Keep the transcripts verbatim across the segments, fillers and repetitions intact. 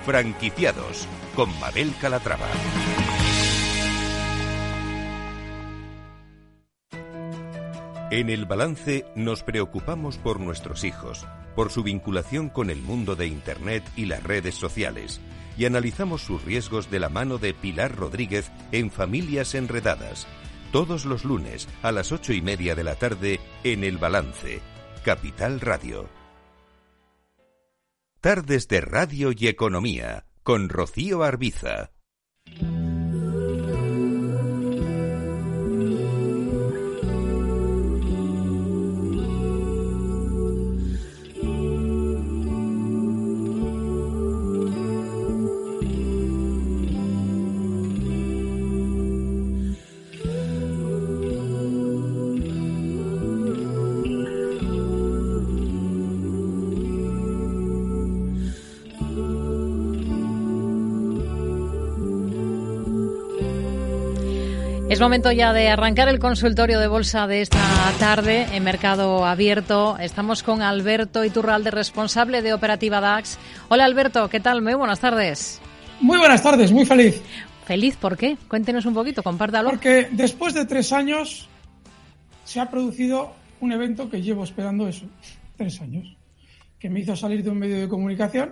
Franquiciados, con Mabel Calatrava. En El Balance nos preocupamos por nuestros hijos, por su vinculación con el mundo de Internet y las redes sociales, y analizamos sus riesgos de la mano de Pilar Rodríguez en Familias Enredadas, todos los lunes a las ocho y media de la tarde en El Balance, Capital Radio. Tardes de Radio y Economía, con Rocío Arbiza. Es momento ya de arrancar el consultorio de bolsa de esta tarde en Mercado Abierto. Estamos con Alberto Iturralde, responsable de Operativa DAX. Hola Alberto, ¿qué tal? Muy buenas tardes. Muy buenas tardes, muy feliz. ¿Feliz por qué? Cuéntenos un poquito, compártalo. Porque después de tres años se ha producido un evento que llevo esperando eso, tres años, que me hizo salir de un medio de comunicación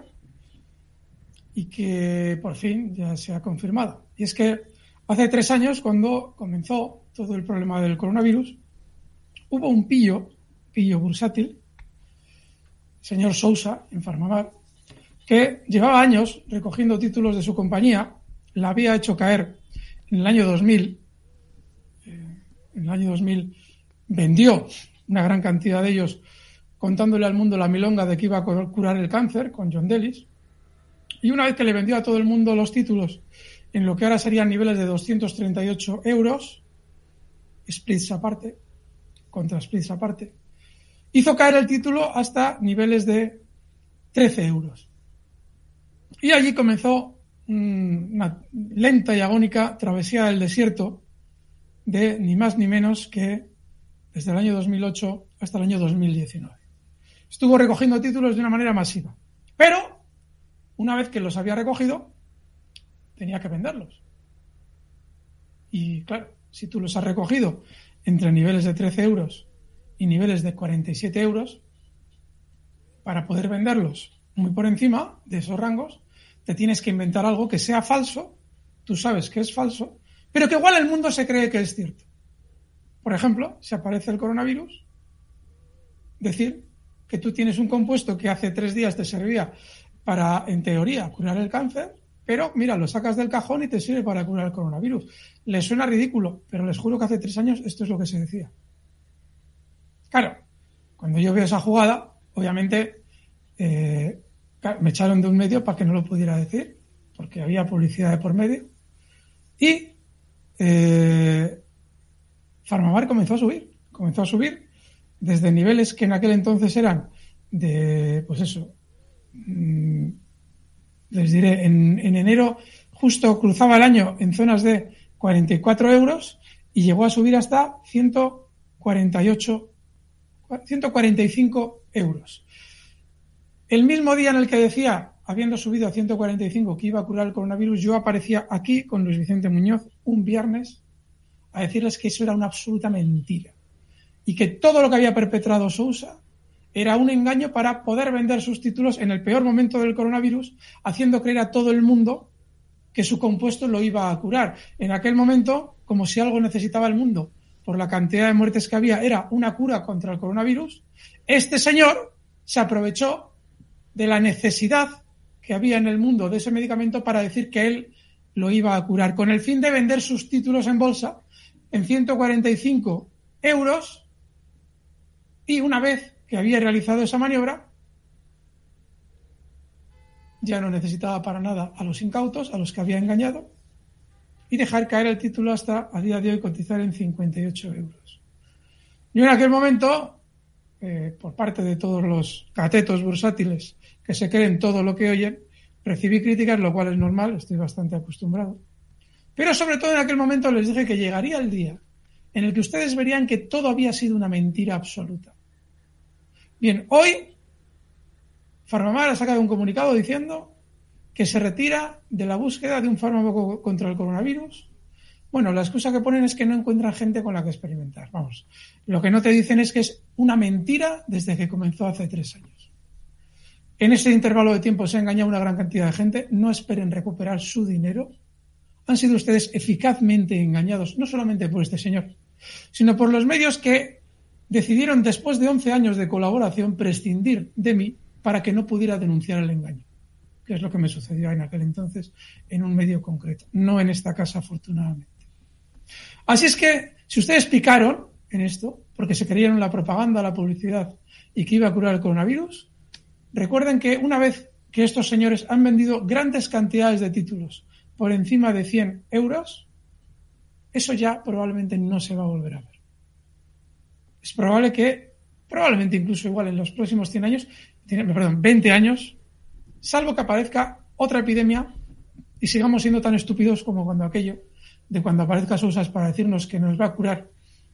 y que por fin ya se ha confirmado. Y es que hace tres años, cuando comenzó todo el problema del coronavirus, hubo un pillo, pillo bursátil, señor Sousa, en Farmamar, que llevaba años recogiendo títulos de su compañía, la había hecho caer en el año dos mil, eh, en el año dos mil vendió una gran cantidad de ellos contándole al mundo la milonga de que iba a curar el cáncer con John Dellis, y una vez que le vendió a todo el mundo los títulos en lo que ahora serían niveles de doscientos treinta y ocho euros, splits aparte, contra splits aparte, hizo caer el título hasta niveles de trece euros. Y allí comenzó una lenta y agónica travesía del desierto de ni más ni menos que desde el año dos mil ocho hasta el año dos mil diecinueve. Estuvo recogiendo títulos de una manera masiva, pero una vez que los había recogido, tenía que venderlos. Y claro, si tú los has recogido entre niveles de trece euros y niveles de cuarenta y siete euros, para poder venderlos muy por encima de esos rangos, te tienes que inventar algo que sea falso, tú sabes que es falso, pero que igual el mundo se cree que es cierto. Por ejemplo, si aparece el coronavirus, decir que tú tienes un compuesto que hace tres días te servía para, en teoría, curar el cáncer, pero mira, lo sacas del cajón y te sirve para curar el coronavirus. Les suena ridículo, pero les juro que hace tres años esto es lo que se decía. Claro, cuando yo veo esa jugada, obviamente eh, me echaron de un medio para que no lo pudiera decir, porque había publicidad de por medio. Y eh, Farmamar comenzó a subir, comenzó a subir desde niveles que en aquel entonces eran de, pues eso, mmm, les diré, en, en enero justo cruzaba el año en zonas de cuarenta y cuatro euros y llegó a subir hasta ciento cuarenta y ocho, ciento cuarenta y cinco euros. El mismo día en el que decía, habiendo subido a ciento cuarenta y cinco, que iba a curar el coronavirus, yo aparecía aquí con Luis Vicente Muñoz un viernes a decirles que eso era una absoluta mentira y que todo lo que había perpetrado Sousa era un engaño para poder vender sus títulos en el peor momento del coronavirus, haciendo creer a todo el mundo que su compuesto lo iba a curar. En aquel momento, como si algo necesitaba el mundo, por la cantidad de muertes que había, era una cura contra el coronavirus, este señor se aprovechó de la necesidad que había en el mundo de ese medicamento para decir que él lo iba a curar, con el fin de vender sus títulos en bolsa en ciento cuarenta y cinco euros, y una vez que había realizado esa maniobra, ya no necesitaba para nada a los incautos, a los que había engañado, y dejar caer el título hasta a día de hoy cotizar en cincuenta y ocho euros. Yo en aquel momento, eh, por parte de todos los catetos bursátiles que se creen todo lo que oyen, recibí críticas, lo cual es normal, estoy bastante acostumbrado. Pero sobre todo en aquel momento les dije que llegaría el día en el que ustedes verían que todo había sido una mentira absoluta. Bien, hoy Farmamar ha sacado un comunicado diciendo que se retira de la búsqueda de un fármaco contra el coronavirus. Bueno, la excusa que ponen es que no encuentran gente con la que experimentar. Vamos, lo que no te dicen es que es una mentira desde que comenzó hace tres años. En ese intervalo de tiempo se ha engañado una gran cantidad de gente. No esperen recuperar su dinero. Han sido ustedes eficazmente engañados, no solamente por este señor, sino por los medios que decidieron, después de once años de colaboración, prescindir de mí para que no pudiera denunciar el engaño, que es lo que me sucedió en aquel entonces en un medio concreto, no en esta casa, afortunadamente. Así es que, si ustedes picaron en esto, porque se creyeron la propaganda, la publicidad y que iba a curar el coronavirus, recuerden que una vez que estos señores han vendido grandes cantidades de títulos por encima de cien euros, eso ya probablemente no se va a volver a ver. Es probable que, probablemente incluso igual en los próximos cien años, perdón, veinte años, salvo que aparezca otra epidemia y sigamos siendo tan estúpidos como cuando aquello de cuando aparezca Sousas para decirnos que nos va a curar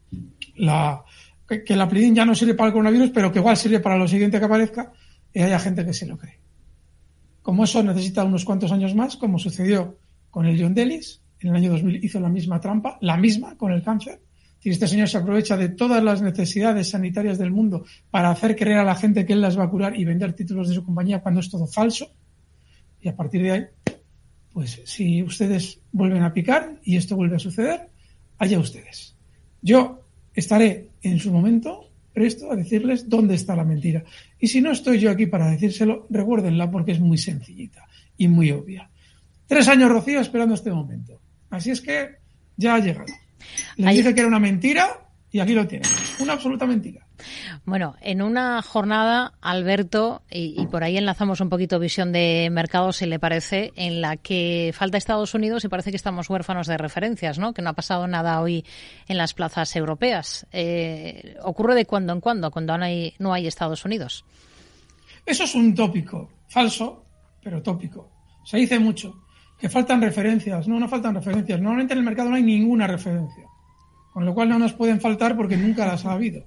la, que, que la Plidin ya no sirve para el coronavirus, pero que igual sirve para lo siguiente que aparezca, y haya gente que se lo cree. Como eso necesita unos cuantos años más, como sucedió con el John Delis, en el año dos mil hizo la misma trampa, la misma con el cáncer. Y este señor se aprovecha de todas las necesidades sanitarias del mundo para hacer creer a la gente que él las va a curar y vender títulos de su compañía cuando es todo falso. Y a partir de ahí, pues si ustedes vuelven a picar y esto vuelve a suceder, allá ustedes. Yo estaré en su momento presto a decirles dónde está la mentira. Y si no estoy yo aquí para decírselo, recuérdenla porque es muy sencillita y muy obvia. Tres años, Rocío, esperando este momento. Así es que ya ha llegado. Les Ahí... dije que era una mentira y aquí lo tienen. Una absoluta mentira. Bueno, en una jornada, Alberto, y, y por ahí enlazamos un poquito visión de mercado, si le parece, en la que falta Estados Unidos y parece que estamos huérfanos de referencias, ¿no? Que no ha pasado nada hoy en las plazas europeas. Eh, ¿Ocurre de cuando en cuando, cuando no hay, no hay Estados Unidos? Eso es un tópico, falso, pero tópico. Se dice mucho que faltan referencias. No, no faltan referencias. Normalmente en el mercado no hay ninguna referencia. Con lo cual no nos pueden faltar porque nunca las ha habido.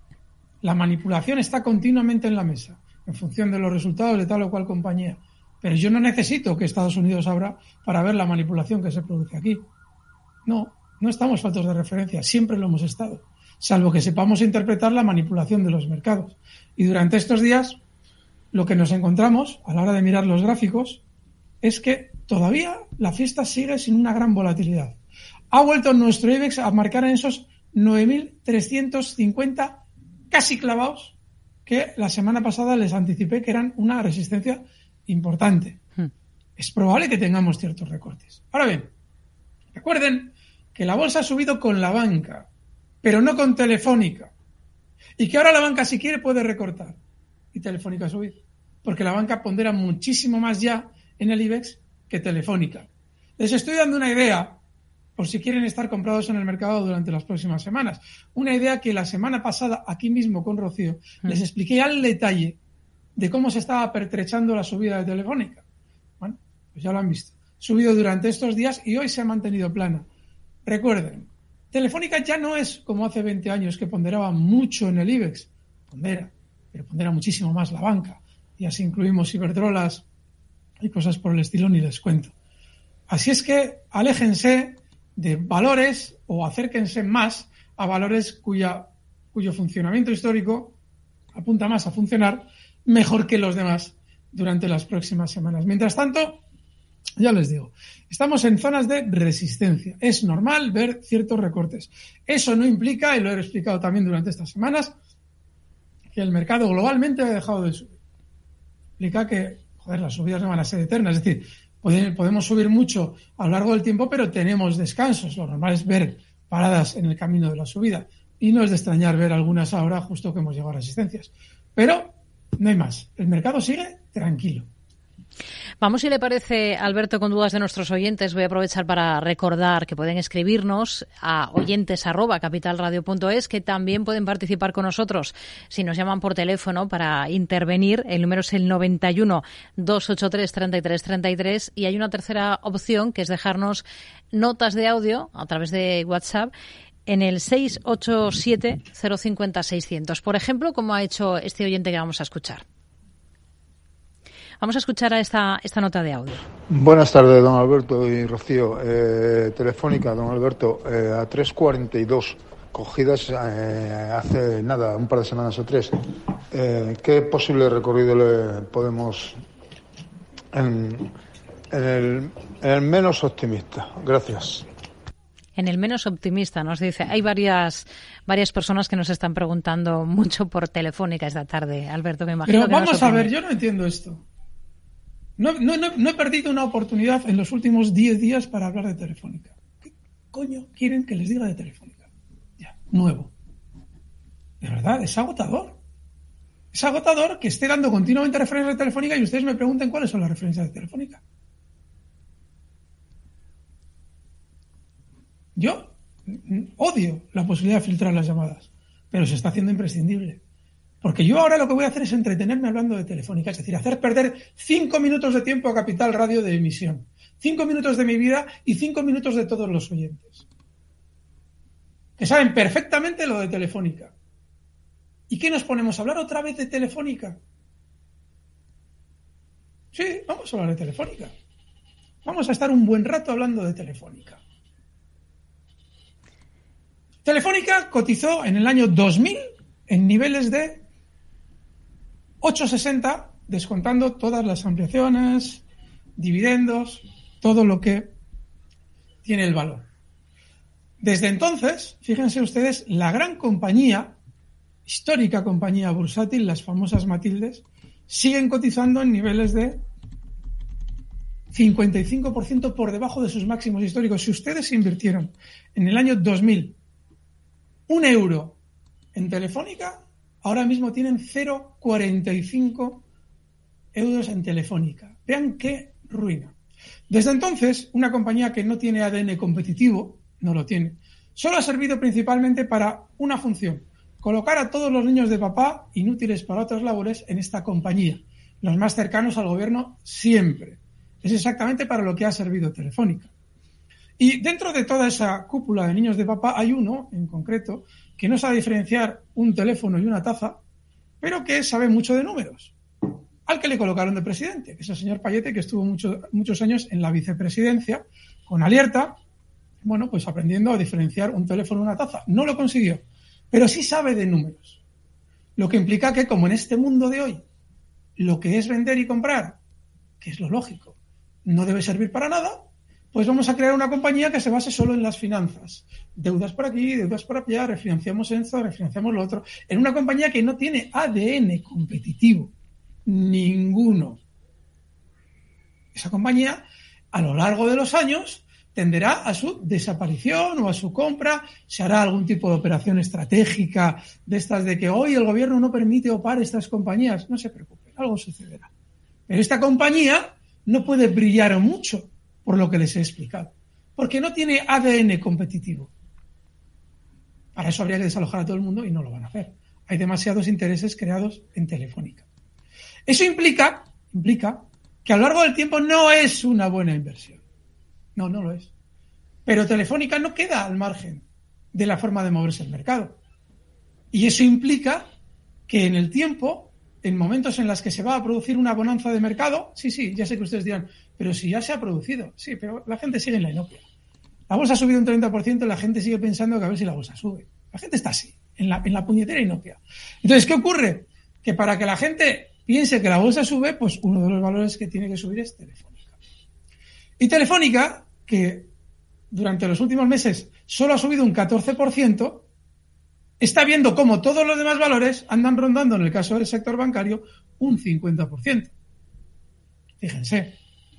La manipulación está continuamente en la mesa, en función de los resultados de tal o cual compañía. Pero yo no necesito que Estados Unidos abra para ver la manipulación que se produce aquí. No, no estamos faltos de referencia, siempre lo hemos estado, salvo que sepamos interpretar la manipulación de los mercados. Y durante estos días, lo que nos encontramos, a la hora de mirar los gráficos, es que todavía la fiesta sigue sin una gran volatilidad. Ha vuelto nuestro IBEX a marcar en esos nueve mil trescientos cincuenta casi clavados que la semana pasada les anticipé que eran una resistencia importante. Hmm. Es probable que tengamos ciertos recortes. Ahora bien, recuerden que la bolsa ha subido con la banca, pero no con Telefónica. Y que ahora la banca, si quiere, puede recortar. Y Telefónica subir. Porque la banca pondera muchísimo más ya en el IBEX que Telefónica. Les estoy dando una idea, por si quieren estar comprados en el mercado durante las próximas semanas. Una idea que la semana pasada, aquí mismo con Rocío, mm. les expliqué al detalle de cómo se estaba pertrechando la subida de Telefónica. Bueno, pues ya lo han visto. Subido durante estos días y hoy se ha mantenido plana. Recuerden, Telefónica ya no es como hace veinte años que ponderaba mucho en el IBEX. Pondera, pero pondera muchísimo más la banca. Y así incluimos Iberdrolas y cosas por el estilo, ni les cuento. Así es que aléjense de valores o acérquense más a valores cuya, cuyo funcionamiento histórico apunta más a funcionar mejor que los demás durante las próximas semanas. Mientras tanto, ya les digo, estamos en zonas de resistencia. Es normal ver ciertos recortes. Eso no implica, y lo he explicado también durante estas semanas, que el mercado globalmente ha dejado de subir. Implica que, joder, las subidas no van a ser eternas. Es decir, podemos subir mucho a lo largo del tiempo, pero tenemos descansos. Lo normal es ver paradas en el camino de la subida. Y no es de extrañar ver algunas ahora justo que hemos llegado a resistencias. Pero no hay más. El mercado sigue tranquilo. Vamos, si le parece, Alberto, con dudas de nuestros oyentes, voy a aprovechar para recordar que pueden escribirnos a oyentes arroba capitalradio punto es, que también pueden participar con nosotros si nos llaman por teléfono para intervenir. El número es el noventa y uno, doscientos ochenta y tres, treinta y tres treinta y tres, y hay una tercera opción que es dejarnos notas de audio a través de WhatsApp en el seis ocho siete, cero cinco cero, seiscientos. Por ejemplo, como ha hecho este oyente que vamos a escuchar. Vamos a escuchar a esta, esta nota de audio. Buenas tardes, don Alberto y Rocío. Eh, Telefónica, don Alberto, eh, a tres cuarenta y dos, cogidas eh, hace nada, un par de semanas o tres. Eh, ¿Qué posible recorrido le podemos en, en, el, en el menos optimista? Gracias. En el menos optimista, nos dice. Hay varias varias personas que nos están preguntando mucho por Telefónica esta tarde, Alberto, me imagino. Pero que vamos a ver, yo no entiendo esto. No, no, no, no he perdido una oportunidad en los últimos diez días para hablar de Telefónica. ¿Qué coño quieren que les diga de Telefónica? Ya, nuevo. De verdad, es agotador. Es agotador que esté dando continuamente referencias de Telefónica y ustedes me pregunten cuáles son las referencias de Telefónica. Yo odio la posibilidad de filtrar las llamadas, pero se está haciendo imprescindible. Porque yo ahora lo que voy a hacer es entretenerme hablando de Telefónica, es decir, hacer perder cinco minutos de tiempo a Capital Radio de emisión, cinco minutos de mi vida y cinco minutos de todos los oyentes, que saben perfectamente lo de Telefónica. ¿Y qué nos ponemos a hablar otra vez de Telefónica? Sí, vamos a hablar de Telefónica. Vamos a estar un buen rato hablando de Telefónica. Telefónica cotizó en el año dos mil en niveles de ocho sesenta, descontando todas las ampliaciones, dividendos, todo lo que tiene el valor. Desde entonces, fíjense ustedes, la gran compañía, histórica compañía bursátil, las famosas Matildes, siguen cotizando en niveles de cincuenta y cinco por ciento por debajo de sus máximos históricos. Si ustedes invirtieron en el año dos mil un euro en Telefónica, ahora mismo tienen cero coma cuarenta y cinco euros en Telefónica. Vean qué ruina. Desde entonces, una compañía que no tiene A D N competitivo, no lo tiene, solo ha servido principalmente para una función: colocar a todos los niños de papá, inútiles para otras labores, en esta compañía, los más cercanos al gobierno siempre. Es exactamente para lo que ha servido Telefónica. Y dentro de toda esa cúpula de niños de papá hay uno, en concreto, que no sabe diferenciar un teléfono y una taza, pero que sabe mucho de números, al que le colocaron de presidente, que es el señor Payete, que estuvo mucho, muchos años en la vicepresidencia, con Alierta, bueno, pues aprendiendo a diferenciar un teléfono y una taza. No lo consiguió, pero sí sabe de números. Lo que implica que, como en este mundo de hoy, lo que es vender y comprar, que es lo lógico, no debe servir para nada, pues vamos a crear una compañía que se base solo en las finanzas. Deudas por aquí, deudas por allá, refinanciamos esto, refinanciamos lo otro. En una compañía que no tiene A D N competitivo. Ninguno. Esa compañía, a lo largo de los años, tenderá a su desaparición o a su compra. Se hará algún tipo de operación estratégica de estas de que hoy el gobierno no permite opar estas compañías. No se preocupen, algo sucederá. Pero esta compañía no puede brillar mucho, por lo que les he explicado, porque no tiene A D N competitivo. Para eso habría que desalojar a todo el mundo y no lo van a hacer. Hay demasiados intereses creados en Telefónica. Eso implica, implica que a lo largo del tiempo no es una buena inversión. No, no lo es. Pero Telefónica no queda al margen de la forma de moverse el mercado. Y eso implica que en el tiempo, en momentos en los que se va a producir una bonanza de mercado, sí, sí, ya sé que ustedes dirán, pero si ya se ha producido, sí, pero la gente sigue en la inopia. La bolsa ha subido un treinta por ciento y la gente sigue pensando que a ver si la bolsa sube. La gente está así, en la, en la puñetera inopia. Entonces, ¿qué ocurre? Que para que la gente piense que la bolsa sube, pues uno de los valores que tiene que subir es Telefónica. Y Telefónica, que durante los últimos meses solo ha subido un catorce por ciento, está viendo cómo todos los demás valores andan rondando, en el caso del sector bancario, un cincuenta por ciento. Fíjense.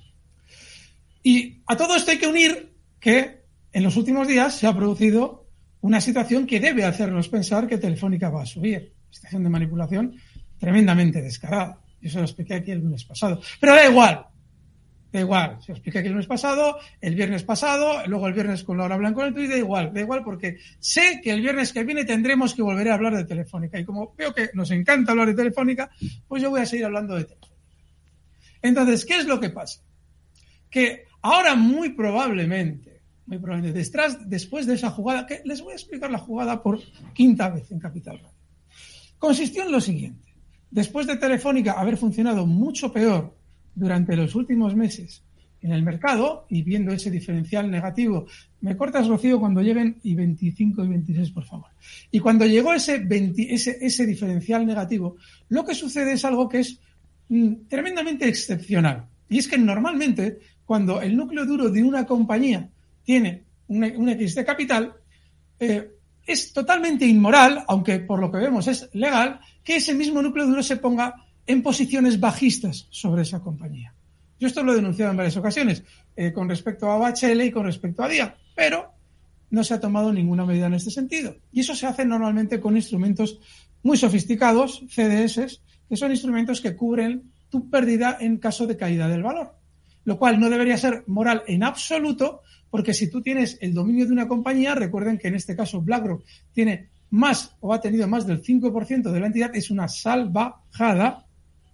Y a todo esto hay que unir que en los últimos días se ha producido una situación que debe hacernos pensar que Telefónica va a subir. Situación de manipulación tremendamente descarada. Yo se lo expliqué aquí el lunes pasado. Pero da igual. Da igual. Se lo expliqué aquí el lunes pasado, el viernes pasado, luego el viernes con Laura Blanco en el Twitter. Da igual. Da igual porque sé que el viernes que viene tendremos que volver a hablar de Telefónica. Y como veo que nos encanta hablar de Telefónica, pues yo voy a seguir hablando de Telefónica. Entonces, ¿qué es lo que pasa? Que ahora muy probablemente, muy probablemente, detrás, después de esa jugada, que les voy a explicar la jugada por quinta vez en Capital Radio, consistió en lo siguiente. Después de Telefónica haber funcionado mucho peor durante los últimos meses en el mercado y viendo ese diferencial negativo, me cortas, Rocío, cuando lleguen y veinticinco y veintiséis, por favor. Y cuando llegó ese, veinte, ese, ese diferencial negativo, lo que sucede es algo que es mm, tremendamente excepcional. Y es que normalmente, cuando el núcleo duro de una compañía tiene un, un X de capital, eh, es totalmente inmoral, aunque por lo que vemos es legal, que ese mismo núcleo duro se ponga en posiciones bajistas sobre esa compañía. Yo esto lo he denunciado en varias ocasiones, eh, con respecto a O H L y con respecto a D I A, pero no se ha tomado ninguna medida en este sentido. Y eso se hace normalmente con instrumentos muy sofisticados, C D S, que son instrumentos que cubren tu pérdida en caso de caída del valor. Lo cual no debería ser moral en absoluto, porque si tú tienes el dominio de una compañía, recuerden que en este caso BlackRock tiene más o ha tenido más del cinco por ciento de la entidad, es una salvajada.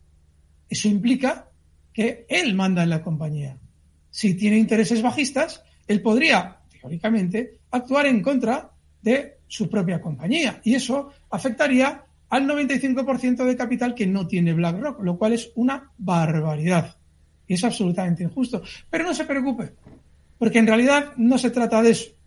Eso implica que él manda en la compañía. Si tiene intereses bajistas, él podría, teóricamente, actuar en contra de su propia compañía. Y eso afectaría al noventa y cinco por ciento de capital que no tiene BlackRock, lo cual es una barbaridad. Y es absolutamente injusto. Pero no se preocupe, porque en realidad no se trata de eso.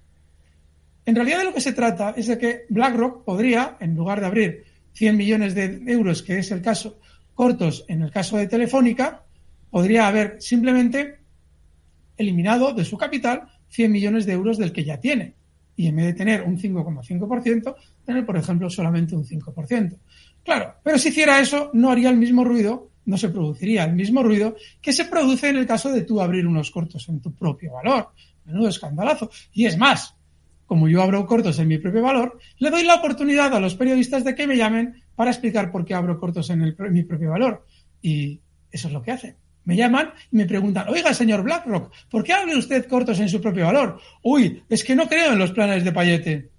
En realidad de lo que se trata es de que BlackRock podría, en lugar de abrir cien millones de euros, que es el caso, cortos en el caso de Telefónica, podría haber simplemente eliminado de su capital cien millones de euros del que ya tiene. Y en vez de tener un cinco coma cinco por ciento, tener, por ejemplo, solamente un cinco por ciento. Claro, pero si hiciera eso, no haría el mismo ruido, no se produciría el mismo ruido que se produce en el caso de tú abrir unos cortos en tu propio valor. Menudo escandalazo. Y es más, como yo abro cortos en mi propio valor, le doy la oportunidad a los periodistas de que me llamen para explicar por qué abro cortos en, el, en mi propio valor. Y eso es lo que hacen. Me llaman y me preguntan, oiga, señor BlackRock, ¿por qué abre usted cortos en su propio valor? Uy, es que no creo en los planes de Payete.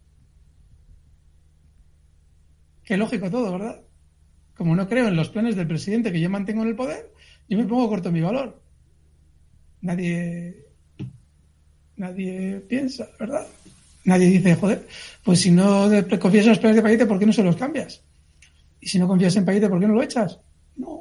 Qué lógico todo, ¿verdad? Como no creo en los planes del presidente que yo mantengo en el poder, yo me pongo corto en mi valor. Nadie, nadie piensa, ¿verdad? Nadie dice, joder, pues si no confías en los planes de Payete, ¿por qué no se los cambias? Y si no confías en Payete, ¿por qué no lo echas? No.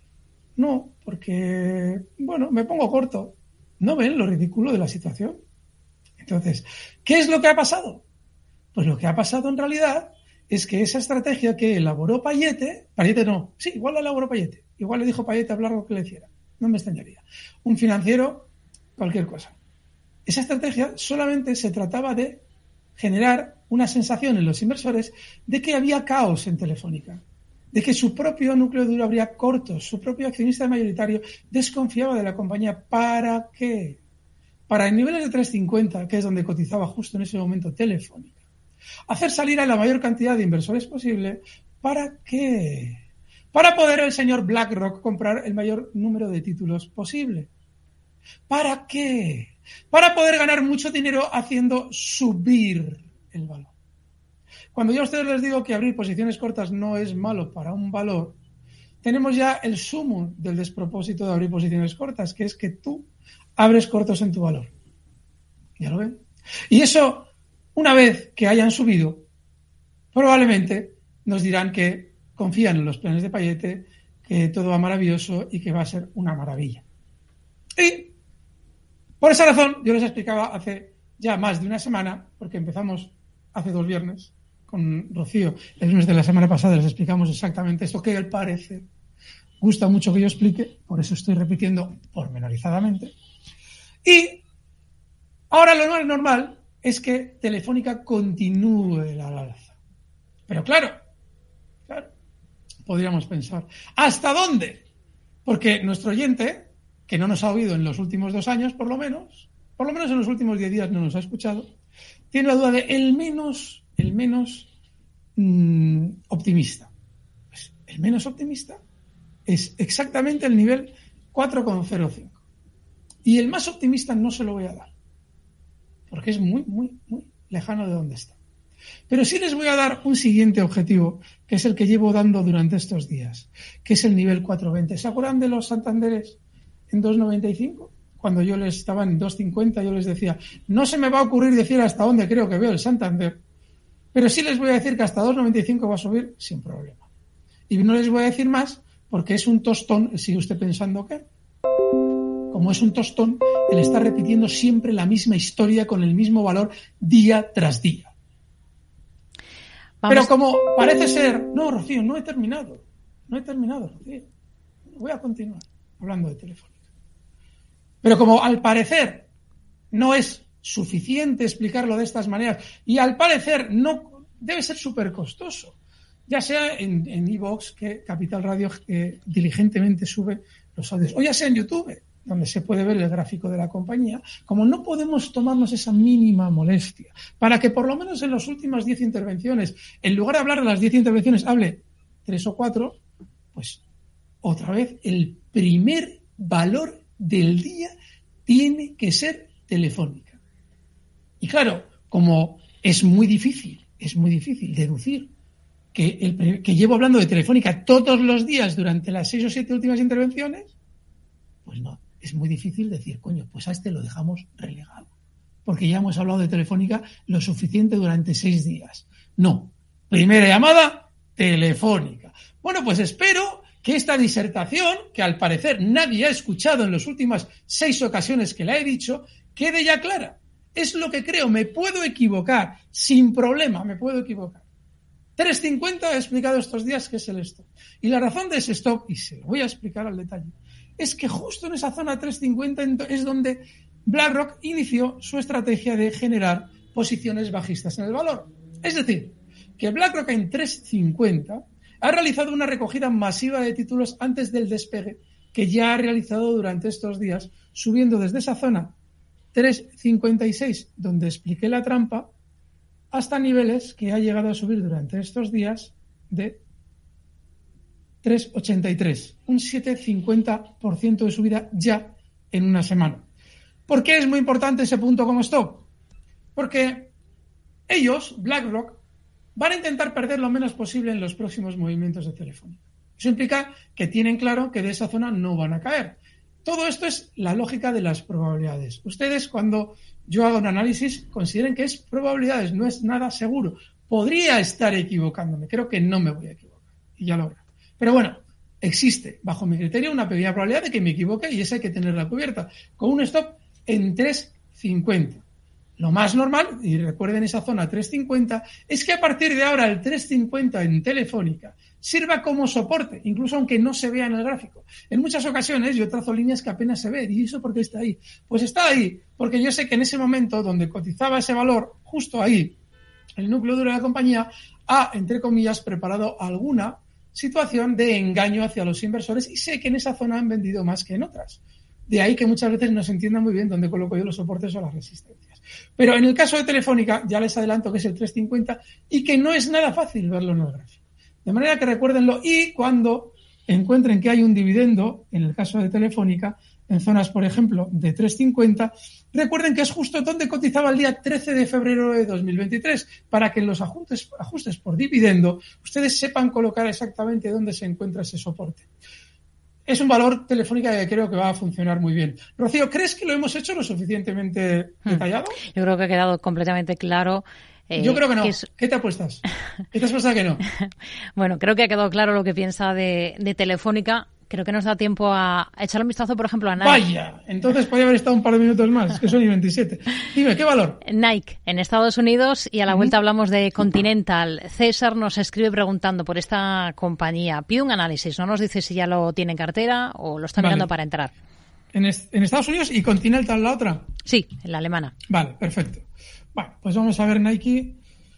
No, porque, bueno, me pongo corto. ¿No ven lo ridículo de la situación? Entonces, ¿qué es lo que ha pasado? Pues lo que ha pasado en realidad es que esa estrategia que elaboró Payete, Payete no, sí, igual la elaboró Payete, igual le dijo Payete a BlackRock que le hiciera, no me extrañaría. Un financiero, cualquier cosa. Esa estrategia solamente se trataba de generar una sensación en los inversores de que había caos en Telefónica, de que su propio núcleo duro habría cortos, su propio accionista mayoritario desconfiaba de la compañía. ¿Para qué? Para en niveles de tres cincuenta, que es donde cotizaba justo en ese momento Telefónica, hacer salir a la mayor cantidad de inversores posible. ¿Para qué? Para poder el señor BlackRock comprar el mayor número de títulos posible. ¿Para qué? Para poder ganar mucho dinero haciendo subir el valor. Cuando yo a ustedes les digo que abrir posiciones cortas no es malo para un valor, tenemos ya el sumo del despropósito de abrir posiciones cortas, que es que tú abres cortos en tu valor. ¿Ya lo ven? Y eso, una vez que hayan subido, probablemente nos dirán que confían en los planes de Payete, que todo va maravilloso y que va a ser una maravilla. Y por esa razón yo les explicaba hace ya más de una semana, porque empezamos hace dos viernes, con Rocío, el lunes de la semana pasada les explicamos exactamente esto, que al parecer gusta mucho que yo explique, por eso estoy repitiendo pormenorizadamente. Y ahora lo más normal es que Telefónica continúe al alza. Pero claro, claro, podríamos pensar, ¿hasta dónde? Porque nuestro oyente, que no nos ha oído en los últimos dos años, por lo menos, por lo menos en los últimos diez días no nos ha escuchado, tiene la duda de el menos el menos mmm, optimista. Pues el menos optimista es exactamente el nivel cuatro coma cero cinco. Y el más optimista no se lo voy a dar, porque es muy, muy, muy lejano de donde está. Pero sí les voy a dar un siguiente objetivo, que es el que llevo dando durante estos días, que es el nivel cuatro coma veinte. ¿Se acuerdan de los Santanderes en dos coma noventa y cinco? Cuando yo les estaba en dos coma cincuenta, yo les decía, no se me va a ocurrir decir hasta dónde creo que veo el Santander, pero sí les voy a decir que hasta dos coma noventa y cinco va a subir sin problema. Y no les voy a decir más porque es un tostón, sigue usted pensando que, como es un tostón, él está repitiendo siempre la misma historia con el mismo valor día tras día. Vamos. Pero como parece ser... No, Rocío, no he terminado. No he terminado, Rocío. Voy a continuar hablando de Telefónica. Pero como al parecer no es suficiente explicarlo de estas maneras y al parecer no debe ser súper costoso, ya sea en en iVoox, que Capital Radio eh, diligentemente sube los audios, o ya sea en YouTube, donde se puede ver el gráfico de la compañía, como no podemos tomarnos esa mínima molestia para que por lo menos en las últimas diez intervenciones, en lugar de hablar de las diez intervenciones, hable tres o cuatro, pues otra vez el primer valor del día tiene que ser Telefónica. Y claro, como es muy difícil, es muy difícil deducir que, el, que llevo hablando de Telefónica todos los días durante las seis o siete últimas intervenciones, pues no, es muy difícil decir, coño, pues a este lo dejamos relegado, porque ya hemos hablado de Telefónica lo suficiente durante seis días. No, primera llamada, Telefónica. Bueno, pues espero que esta disertación, que al parecer nadie ha escuchado en las últimas seis ocasiones que la he dicho, quede ya clara. Es lo que creo, me puedo equivocar, sin problema, me puedo equivocar. tres cincuenta he explicado estos días que es el stop. Y la razón de ese stop, y se lo voy a explicar al detalle, es que justo en esa zona tres cincuenta es donde BlackRock inició su estrategia de generar posiciones bajistas en el valor. Es decir, que BlackRock en tres cincuenta ha realizado una recogida masiva de títulos antes del despegue que ya ha realizado durante estos días, subiendo desde esa zona tres cincuenta y seis, donde expliqué la trampa, hasta niveles que ha llegado a subir durante estos días de tres ochenta y tres, un siete coma cincuenta por ciento de subida ya en una semana. ¿Por qué es muy importante ese punto como stop? Porque ellos, BlackRock, van a intentar perder lo menos posible en los próximos movimientos de Telefónica. Eso implica que tienen claro que de esa zona no van a caer. Todo esto es la lógica de las probabilidades. Ustedes, cuando yo hago un análisis, consideren que es probabilidades, no es nada seguro. Podría estar equivocándome, creo que no me voy a equivocar, y ya lo verán. Pero bueno, existe, bajo mi criterio, una pequeña probabilidad de que me equivoque y esa hay que tenerla cubierta, con un stop en tres cincuenta. Lo más normal, y recuerden esa zona tres cincuenta, es que a partir de ahora el tres cincuenta en Telefónica sirva como soporte, incluso aunque no se vea en el gráfico. En muchas ocasiones yo trazo líneas que apenas se ven. ¿Y eso por qué está ahí? Pues está ahí porque yo sé que en ese momento donde cotizaba ese valor, justo ahí, el núcleo duro de la compañía ha, entre comillas, preparado alguna situación de engaño hacia los inversores y sé que en esa zona han vendido más que en otras. De ahí que muchas veces no se entienda muy bien dónde coloco yo los soportes o las resistencias. Pero en el caso de Telefónica, ya les adelanto que es el tres cincuenta y que no es nada fácil verlo en el gráfico. De manera que recuérdenlo, y cuando encuentren que hay un dividendo, en el caso de Telefónica, en zonas, por ejemplo, de tres cincuenta, recuerden que es justo donde cotizaba el día trece de febrero de dos mil veintitrés, para que en los ajustes, ajustes por dividendo ustedes sepan colocar exactamente dónde se encuentra ese soporte. Es un valor Telefónica que creo que va a funcionar muy bien. Rocío, ¿crees que lo hemos hecho lo suficientemente detallado? Yo creo que ha quedado completamente claro. Eh, Yo creo que no. Que es... ¿Qué te apuestas? ¿Qué te apuestas que no? Bueno, creo que ha quedado claro lo que piensa de, de Telefónica. Creo que nos da tiempo a echarle un vistazo, por ejemplo, a Nike. Vaya, entonces podría haber estado un par de minutos más, que son y veintisiete. Dime, ¿qué valor? Nike, en Estados Unidos, y a la vuelta uh-huh. hablamos de Continental. César nos escribe preguntando por esta compañía. Pide un análisis, no nos dice si ya lo tiene en cartera o lo está mirando vale. para entrar. ¿En, est- ¿En Estados Unidos y Continental la otra? Sí, en la alemana. Vale, perfecto. Bueno, pues vamos a ver Nike.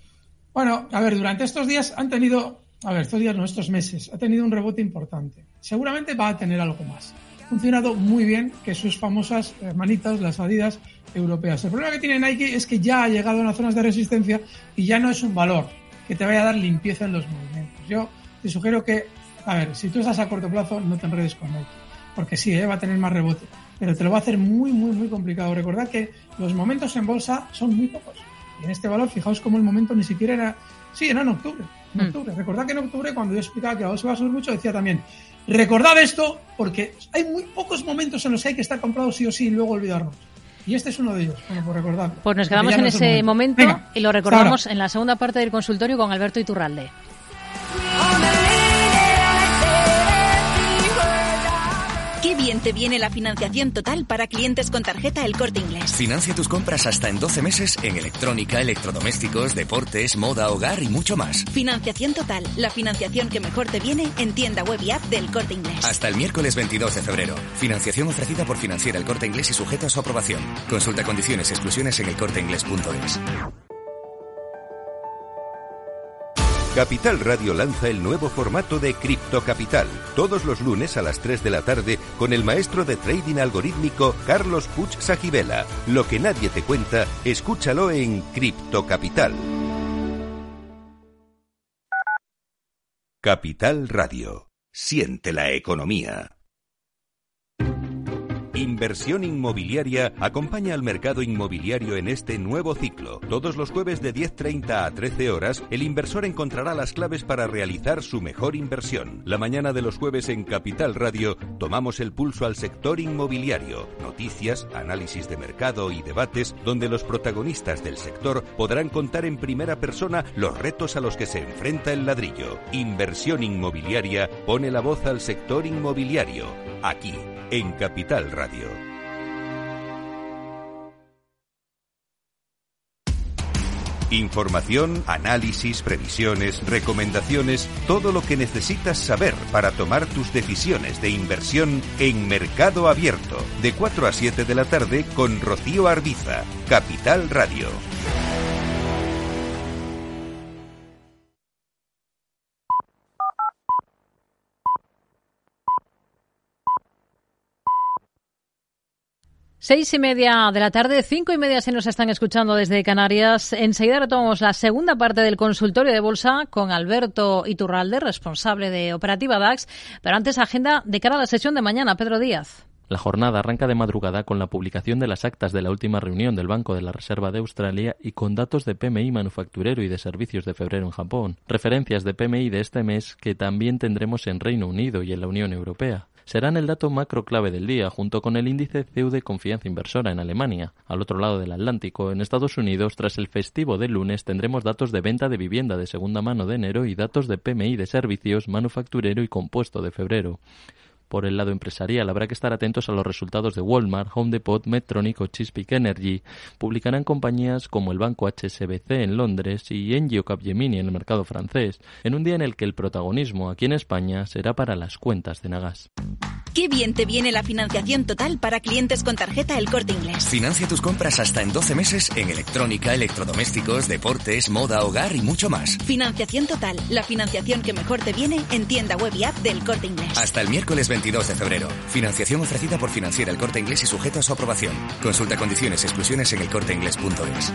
Bueno, a ver, durante estos días han tenido... A ver, estos días no, estos meses, ha tenido un rebote importante. Seguramente va a tener algo más. Ha funcionado muy bien que sus famosas hermanitas, las Adidas europeas. El problema que tiene Nike es que ya ha llegado a las zonas de resistencia y ya no es un valor que te vaya a dar limpieza en los movimientos. Yo te sugiero que, a ver, si tú estás a corto plazo, no te enredes con Nike. Porque sí, ¿eh? va a tener más rebote. Pero te lo va a hacer muy, muy, muy complicado. Recordad que los momentos en bolsa son muy pocos. Y en este valor, fijaos cómo el momento ni siquiera era... Sí, era en octubre. En octubre. Mm. Recordad que en octubre, cuando yo explicaba que la bolsa iba a subir mucho, decía también, recordad esto, porque hay muy pocos momentos en los que hay que estar comprado sí o sí y luego olvidarnos. Y este es uno de ellos, bueno, por recordar. Pues nos quedamos en ese momento, momento y lo recordamos en la segunda parte del consultorio con Alberto Iturralde. Qué bien te viene la financiación total para clientes con tarjeta El Corte Inglés. Financia tus compras hasta en doce meses en electrónica, electrodomésticos, deportes, moda, hogar y mucho más. Financiación total, la financiación que mejor te viene en tienda web y app del Corte Inglés. Hasta el miércoles veintidós de febrero. Financiación ofrecida por Financiera El Corte Inglés y sujeta a su aprobación. Consulta condiciones y exclusiones en el corte inglés punto es. Capital Radio lanza el nuevo formato de Cripto Capital, todos los lunes a las tres de la tarde con el maestro de trading algorítmico Carlos Puig Sajibela. Lo que nadie te cuenta, escúchalo en Cripto Capital. Capital Radio. Siente la economía. Inversión Inmobiliaria acompaña al mercado inmobiliario en este nuevo ciclo. Todos los jueves de diez treinta a trece horas, el inversor encontrará las claves para realizar su mejor inversión. La mañana de los jueves en Capital Radio tomamos el pulso al sector inmobiliario. Noticias, análisis de mercado y debates donde los protagonistas del sector podrán contar en primera persona los retos a los que se enfrenta el ladrillo. Inversión Inmobiliaria pone la voz al sector inmobiliario. Aquí, en Capital Radio. Información, análisis, previsiones, recomendaciones, todo lo que necesitas saber para tomar tus decisiones de inversión en Mercado Abierto, de cuatro a siete de la tarde con Rocío Arbiza, Capital Radio. Seis y media de la tarde, cinco y media se nos están escuchando desde Canarias. Enseguida retomamos la segunda parte del consultorio de bolsa con Alberto Iturralde, responsable de Operativa DAX. Pero antes, agenda de cara a la sesión de mañana. Pedro Díaz. La jornada arranca de madrugada con la publicación de las actas de la última reunión del Banco de la Reserva de Australia y con datos de P M I manufacturero y de servicios de febrero en Japón. Referencias de P M I de este mes que también tendremos en Reino Unido y en la Unión Europea. Serán el dato macro clave del día, junto con el índice C E U de confianza inversora en Alemania. Al otro lado del Atlántico, en Estados Unidos, tras el festivo del lunes, tendremos datos de venta de vivienda de segunda mano de enero y datos de P M I de servicios, manufacturero y compuesto de febrero. Por el lado empresarial, habrá que estar atentos a los resultados de Walmart, Home Depot, Medtronic o Chesapeake Energy. Publicarán compañías como el banco H S B C en Londres y Engie o Capgemini en el mercado francés, en un día en el que el protagonismo aquí en España será para las cuentas de Nagas. Qué bien te viene la financiación total para clientes con tarjeta El Corte Inglés. Financia tus compras hasta en doce meses en electrónica, electrodomésticos, deportes, moda, hogar y mucho más. Financiación total, la financiación que mejor te viene en tienda web y app del Corte Inglés. Hasta el miércoles veintidós de febrero. Financiación ofrecida por Financiera El Corte Inglés y sujeta a su aprobación. Consulta condiciones y exclusiones en el corte inglés punto es.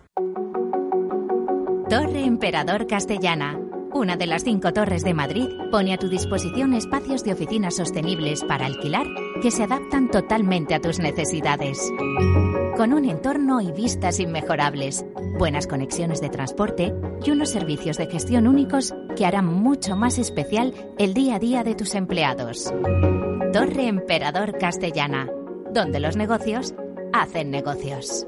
Torre Emperador Castellana. Una de las cinco torres de Madrid pone a tu disposición espacios de oficinas sostenibles para alquilar que se adaptan totalmente a tus necesidades. Con un entorno y vistas inmejorables, buenas conexiones de transporte y unos servicios de gestión únicos que harán mucho más especial el día a día de tus empleados. Torre Emperador Castellana, donde los negocios hacen negocios.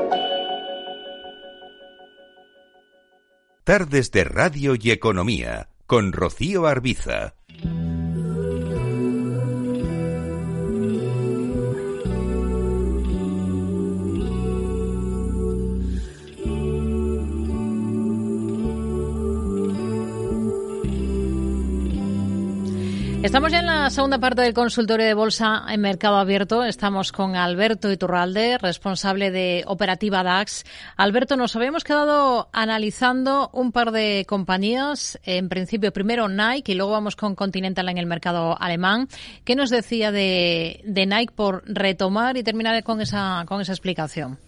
Tardes de Radio y Economía, con Rocío Arbiza. Estamos ya en la segunda parte del consultorio de bolsa en Mercado Abierto. Estamos con Alberto Iturralde, responsable de Operativa DAX. Alberto, nos habíamos quedado analizando un par de compañías. En principio, primero Nike y luego vamos con Continental en el mercado alemán. ¿Qué nos decía de, de Nike por retomar y terminar con esa, con esa explicación?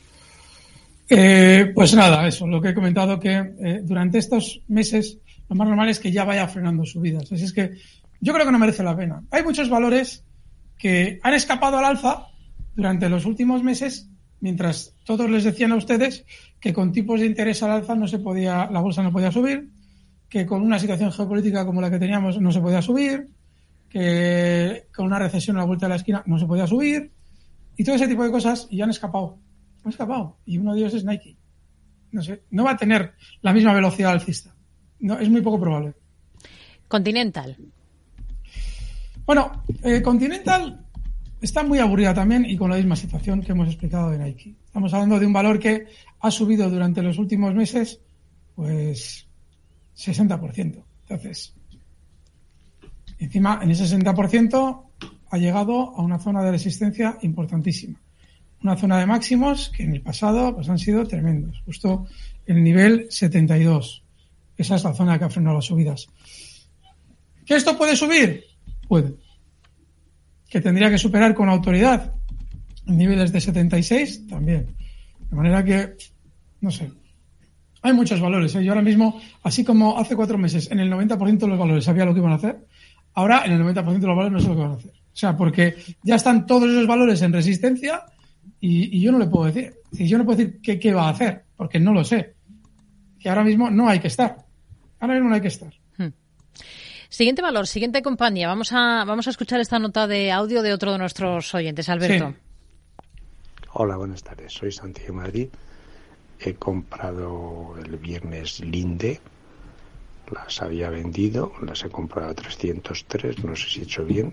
Eh, pues nada, eso, lo que he comentado, que eh, durante estos meses lo más normal es que ya vaya frenando subidas. Así es que yo creo que no merece la pena. Hay muchos valores que han escapado al alza durante los últimos meses, mientras todos les decían a ustedes que con tipos de interés al alza no se podía, la bolsa no podía subir, que con una situación geopolítica como la que teníamos no se podía subir, que con una recesión a la vuelta de la esquina no se podía subir, y todo ese tipo de cosas, y han escapado. Han escapado. Y uno de ellos es Nike. No sé, no va a tener la misma velocidad alcista. No, es muy poco probable. Continental. Bueno, eh, Continental está muy aburrida también y con la misma situación que hemos explicado de Nike. Estamos hablando de un valor que ha subido durante los últimos meses, pues, sesenta por ciento. Entonces, encima, en ese sesenta por ciento ha llegado a una zona de resistencia importantísima. Una zona de máximos que en el pasado pues, han sido tremendos. Justo el nivel setenta y dos. Esa es la zona que ha frenado las subidas. ¿Que esto puede subir? Puede. ¿Que tendría que superar con autoridad niveles de setenta y seis? También. De manera que, no sé. Hay muchos valores, ¿eh? Yo ahora mismo, así como hace cuatro meses, en el noventa por ciento de los valores sabía lo que iban a hacer, ahora en el noventa por ciento de los valores no sé lo que van a hacer. O sea, porque ya están todos esos valores en resistencia y, y yo no le puedo decir. Y yo no puedo decir qué, qué va a hacer, porque no lo sé. Que ahora mismo no hay que estar. Ahora mismo no hay que estar. Hmm. Siguiente valor, siguiente compañía. Vamos a, vamos a escuchar esta nota de audio de otro de nuestros oyentes, Alberto. Sí. Hola, buenas tardes. Soy Santi de Madrid. He comprado el viernes Linde, las había vendido, las he comprado a trescientos tres, no sé si he hecho bien,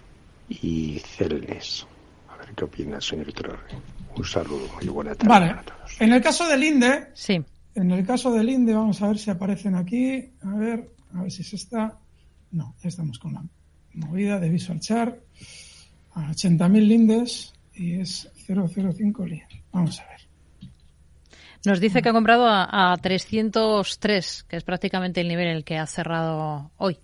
y Celnes. A ver qué opina el señor Torre. Un saludo y buena tarde vale. para todos. En el caso de Linde, sí. En el caso de Linde, vamos a ver si aparecen aquí. A ver, a ver si es esta. No, ya estamos con la movida de Visual Chart. A ochenta mil Lindes y es cero cero cinco Linde. Vamos a ver. Nos dice que ha comprado a, a trescientos tres, que es prácticamente el nivel en el que ha cerrado hoy.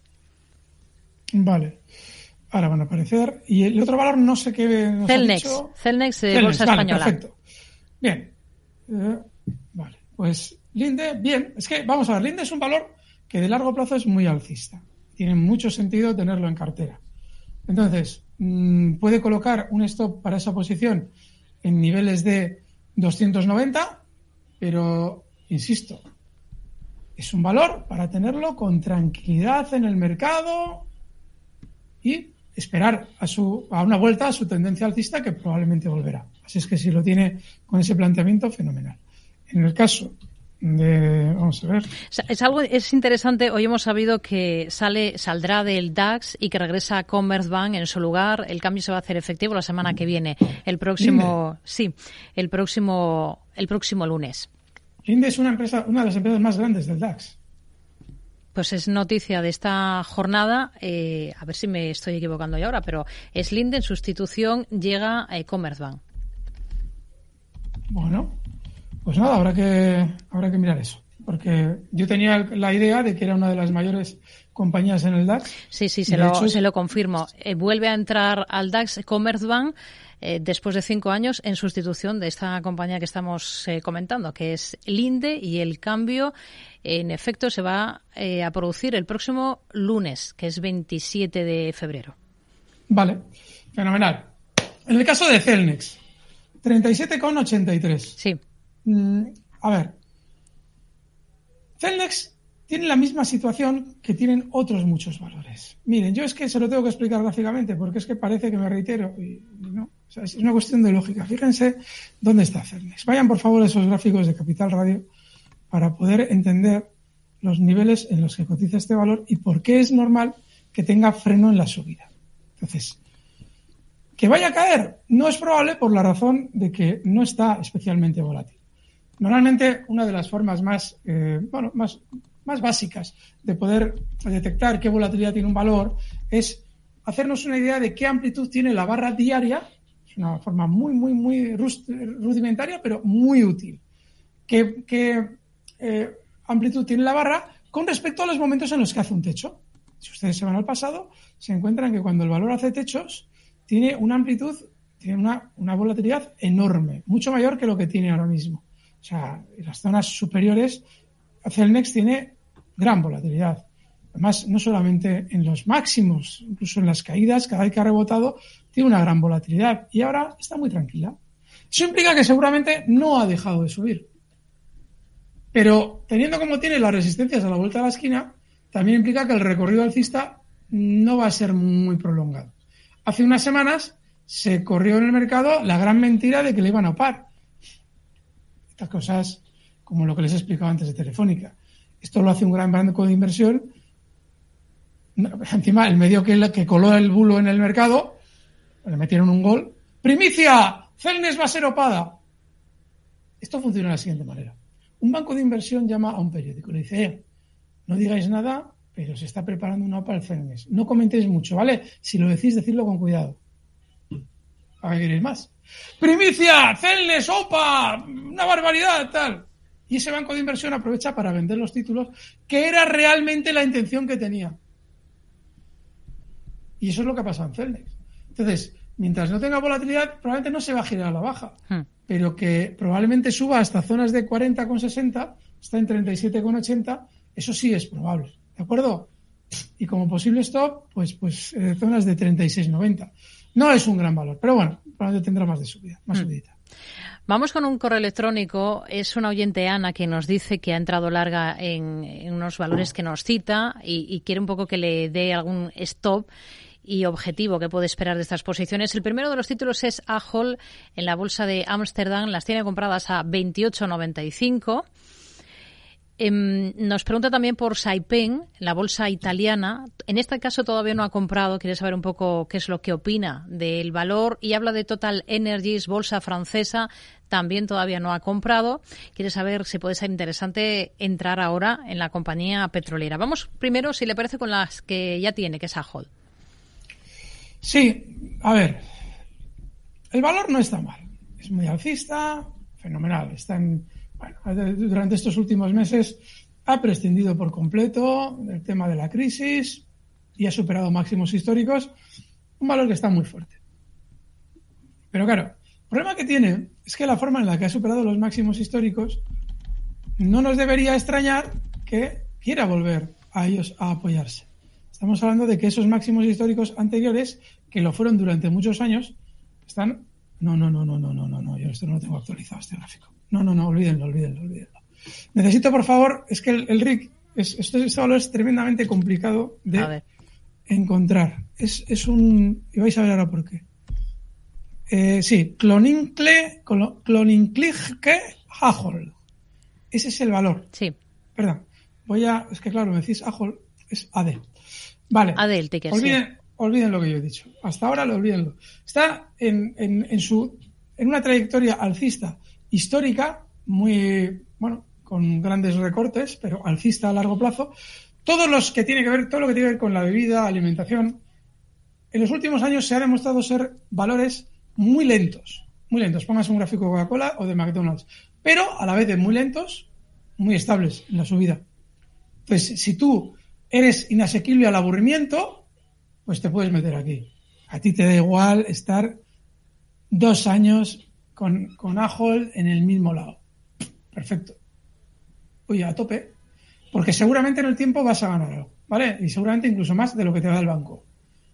Vale. Ahora van a aparecer. Y el otro valor no sé qué nos Celnex. ha dicho. Celnex de Celnex, Bolsa vale, Española. Perfecto. Bien. Eh, vale. Pues Linde, bien. Es que, vamos a ver, Linde es un valor que de largo plazo es muy alcista. Tiene mucho sentido tenerlo en cartera. Entonces, mmm, puede colocar un stop para esa posición en niveles de doscientos noventa. Pero, insisto, es un valor para tenerlo con tranquilidad en el mercado y esperar a su a una vuelta a su tendencia alcista que probablemente volverá. Así es que si lo tiene con ese planteamiento, fenomenal. En el caso de... Vamos a ver. Es algo es interesante. Hoy hemos sabido que sale saldrá del DAX y que regresa a Commerzbank en su lugar. El cambio se va a hacer efectivo la semana que viene. El próximo... Linde. Sí, el próximo, el próximo lunes. Linde es una empresa, una de las empresas más grandes del DAX. Pues es noticia de esta jornada, eh, a ver si me estoy equivocando ya ahora, pero es Linde, en sustitución llega a Commerzbank. Bueno, pues nada, habrá que habrá que mirar eso, porque yo tenía la idea de que era una de las mayores compañías en el DAX. Sí, sí, se, lo, hecho, se lo confirmo. Eh, vuelve a entrar al DAX Commerzbank eh, después de cinco años en sustitución de esta compañía que estamos eh, comentando, que es Linde, y el cambio en efecto se va eh, a producir el próximo lunes, que es veintisiete de febrero. Vale, fenomenal. En el caso de Celnex, treinta y siete coma ochenta y tres. Sí. Mm, a ver, Celnex tiene la misma situación que tienen otros muchos valores. Miren, yo es que se lo tengo que explicar gráficamente porque es que parece que me reitero y, y no. O sea, es una cuestión de lógica. Fíjense dónde está Celnex. Vayan por favor a esos gráficos de Capital Radio para poder entender los niveles en los que cotiza este valor y por qué es normal que tenga freno en la subida. Entonces, que vaya a caer no es probable por la razón de que no está especialmente volátil. Normalmente, una de las formas más, eh, bueno, más, más básicas de poder detectar qué volatilidad tiene un valor es hacernos una idea de qué amplitud tiene la barra diaria. Es una forma muy, muy, muy rudimentaria, pero muy útil. ¿Qué, qué eh, amplitud tiene la barra con respecto a los momentos en los que hace un techo? Si ustedes se van al pasado, se encuentran que cuando el valor hace techos, tiene una amplitud, tiene una, una volatilidad enorme, mucho mayor que lo que tiene ahora mismo. O sea, en las zonas superiores, Celnex tiene gran volatilidad. Además, no solamente en los máximos, incluso en las caídas, cada vez que ha rebotado, tiene una gran volatilidad. Y ahora está muy tranquila. Eso implica que seguramente no ha dejado de subir. Pero teniendo como tiene las resistencias a la vuelta de la esquina, también implica que el recorrido alcista no va a ser muy prolongado. Hace unas semanas se corrió en el mercado la gran mentira de que le iban a par. Estas cosas, como lo que les he explicado antes de Telefónica. Esto lo hace un gran banco de inversión Encima, el medio que, que coló el bulo en el mercado, le metieron un gol. ¡Primicia! ¡Celnes va a ser opada! Esto funciona de la siguiente manera. Un banco de inversión llama a un periódico y le dice, eh, no digáis nada, pero se está preparando una OPA al Celnes. No comentéis mucho, ¿vale? Si lo decís, decidlo con cuidado. ¿A qué queréis más? ¡Primicia! ¡Celnes! ¡Opa! ¡Una barbaridad! Tal. Y ese banco de inversión aprovecha para vender los títulos, que era realmente la intención que tenía. Y eso es lo que ha pasado en Celnex. Entonces, mientras no tenga volatilidad, probablemente no se va a girar a la baja, hmm. pero que probablemente suba hasta zonas de cuarenta con sesenta, está en treinta y siete con ochenta, eso sí es probable, ¿de acuerdo? Y como posible stop, pues pues eh, zonas de treinta y seis noventa. No es un gran valor, pero bueno, probablemente tendrá más de subida, más hmm. subidita. Vamos con un correo electrónico. Es una oyente, Ana, que nos dice que ha entrado larga en, en unos valores que nos cita y, y quiere un poco que le dé algún stop y objetivo que puede esperar de estas posiciones. El primero de los títulos es Ahold en la bolsa de Ámsterdam. Las tiene compradas a veintiocho noventa y cinco. Eh, nos pregunta también por Saipem, la bolsa italiana. En este caso todavía no ha comprado. Quiere saber un poco qué es lo que opina del valor y habla de Total Energies, bolsa francesa. También todavía no ha comprado. Quiere saber si puede ser interesante entrar ahora en la compañía petrolera. Vamos primero, si le parece, con las que ya tiene, que es Ahold. Sí, a ver, el valor no está mal, es muy alcista, fenomenal, está en, bueno, durante estos últimos meses ha prescindido por completo del tema de la crisis y ha superado máximos históricos, un valor que está muy fuerte. Pero claro, el problema que tiene es que la forma en la que ha superado los máximos históricos no nos debería extrañar que quiera volver a ellos a apoyarse. Estamos hablando de que esos máximos históricos anteriores, que lo fueron durante muchos años, están... No, no, no, no, no, no, no, no, yo esto no lo tengo actualizado, este gráfico. No, no, no, olvídenlo, olvídenlo, olvídenlo. Necesito, por favor, es que el, el R I C, es, esto, este valor es tremendamente complicado de encontrar. Es, es un... Y vais a ver ahora por qué. Eh, sí, Clonincle, Clonincle Ahold. Ese es el valor. Sí. Perdón. Voy a... Es que claro, me decís Ahold, es A D. Vale. A D, el ticket, olviden, sí. olviden lo que yo he dicho. Hasta ahora lo olvídenlo. Está en, en, en su en una trayectoria alcista histórica, muy, bueno, con grandes recortes, pero alcista a largo plazo. Todos los que tiene que ver, todo lo que tiene que ver con la bebida, alimentación, en los últimos años se ha demostrado ser valores muy lentos. Muy lentos. Póngase un gráfico de Coca-Cola o de McDonald's. Pero a la vez de muy lentos, muy estables en la subida. Entonces, si tú eres inasequible al aburrimiento, pues te puedes meter aquí. A ti te da igual estar dos años con, con Ahold en el mismo lado. Perfecto. Oye, a tope. Porque seguramente en el tiempo vas a ganar algo, ¿vale? Y seguramente incluso más de lo que te da el banco.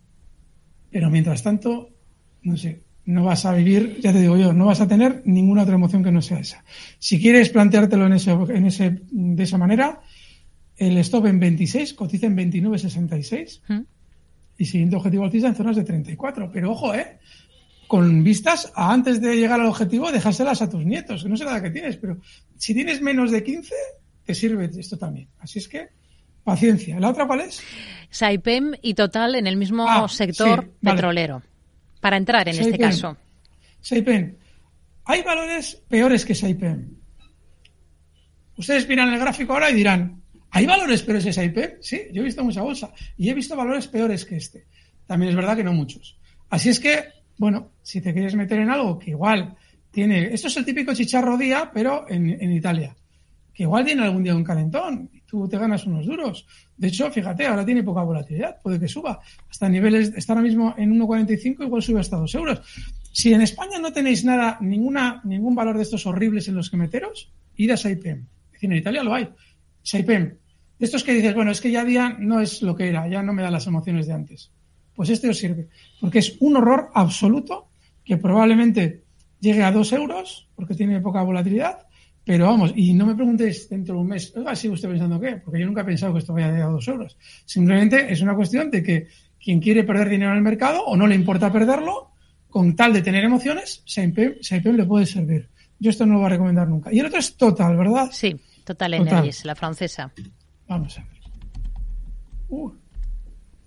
Pero mientras tanto, no sé, no vas a vivir, ya te digo yo, no vas a tener ninguna otra emoción que no sea esa. Si quieres planteártelo en ese, en ese, de esa manera, el stop en veintiséis, cotiza en veintinueve sesenta y seis ¿Mm? Y siguiente objetivo alcista en zonas de treinta y cuatro. Pero ojo, ¿eh? Con vistas a antes de llegar al objetivo, dejárselas a tus nietos, que no sé la edad que tienes, pero si tienes menos de quince, te sirve esto también. Así es que, paciencia. ¿La otra cuál es? Saipem y Total en el mismo ah, sector sí, petrolero. Vale. Para entrar en Saipem. este caso. Saipem. Hay valores peores que Saipem. Ustedes miran el gráfico ahora y dirán, ¿hay valores peores que Saipem? Sí, yo he visto mucha bolsa y he visto valores peores que este. También es verdad que no muchos. Así es que, bueno, si te quieres meter en algo que igual tiene... Esto es el típico chicharro día, pero en, en Italia. Que igual tiene algún día un calentón y tú te ganas unos duros. De hecho, fíjate, ahora tiene poca volatilidad. Puede que suba. Hasta niveles... Está ahora mismo en uno cuarenta y cinco, igual sube hasta dos euros. Si en España no tenéis nada, ninguna ningún valor de estos horribles en los que meteros, id a Saipem. Es decir, en Italia lo hay. Saipem. De estos que dices, bueno, es que ya día no es lo que era, ya no me da las emociones de antes. Pues este os sirve. Porque es un horror absoluto que probablemente llegue a dos euros, porque tiene poca volatilidad, pero vamos, y no me preguntéis dentro de un mes, oiga, ¿sigue usted pensando qué? Porque yo nunca he pensado que esto vaya a llegar a dos euros. Simplemente es una cuestión de que quien quiere perder dinero en el mercado o no le importa perderlo, con tal de tener emociones, Saipem, Saipem le puede servir. Yo esto no lo voy a recomendar nunca. Y el otro es Total, ¿verdad? Sí, Total Energies, la francesa. Vamos a ver. Uh.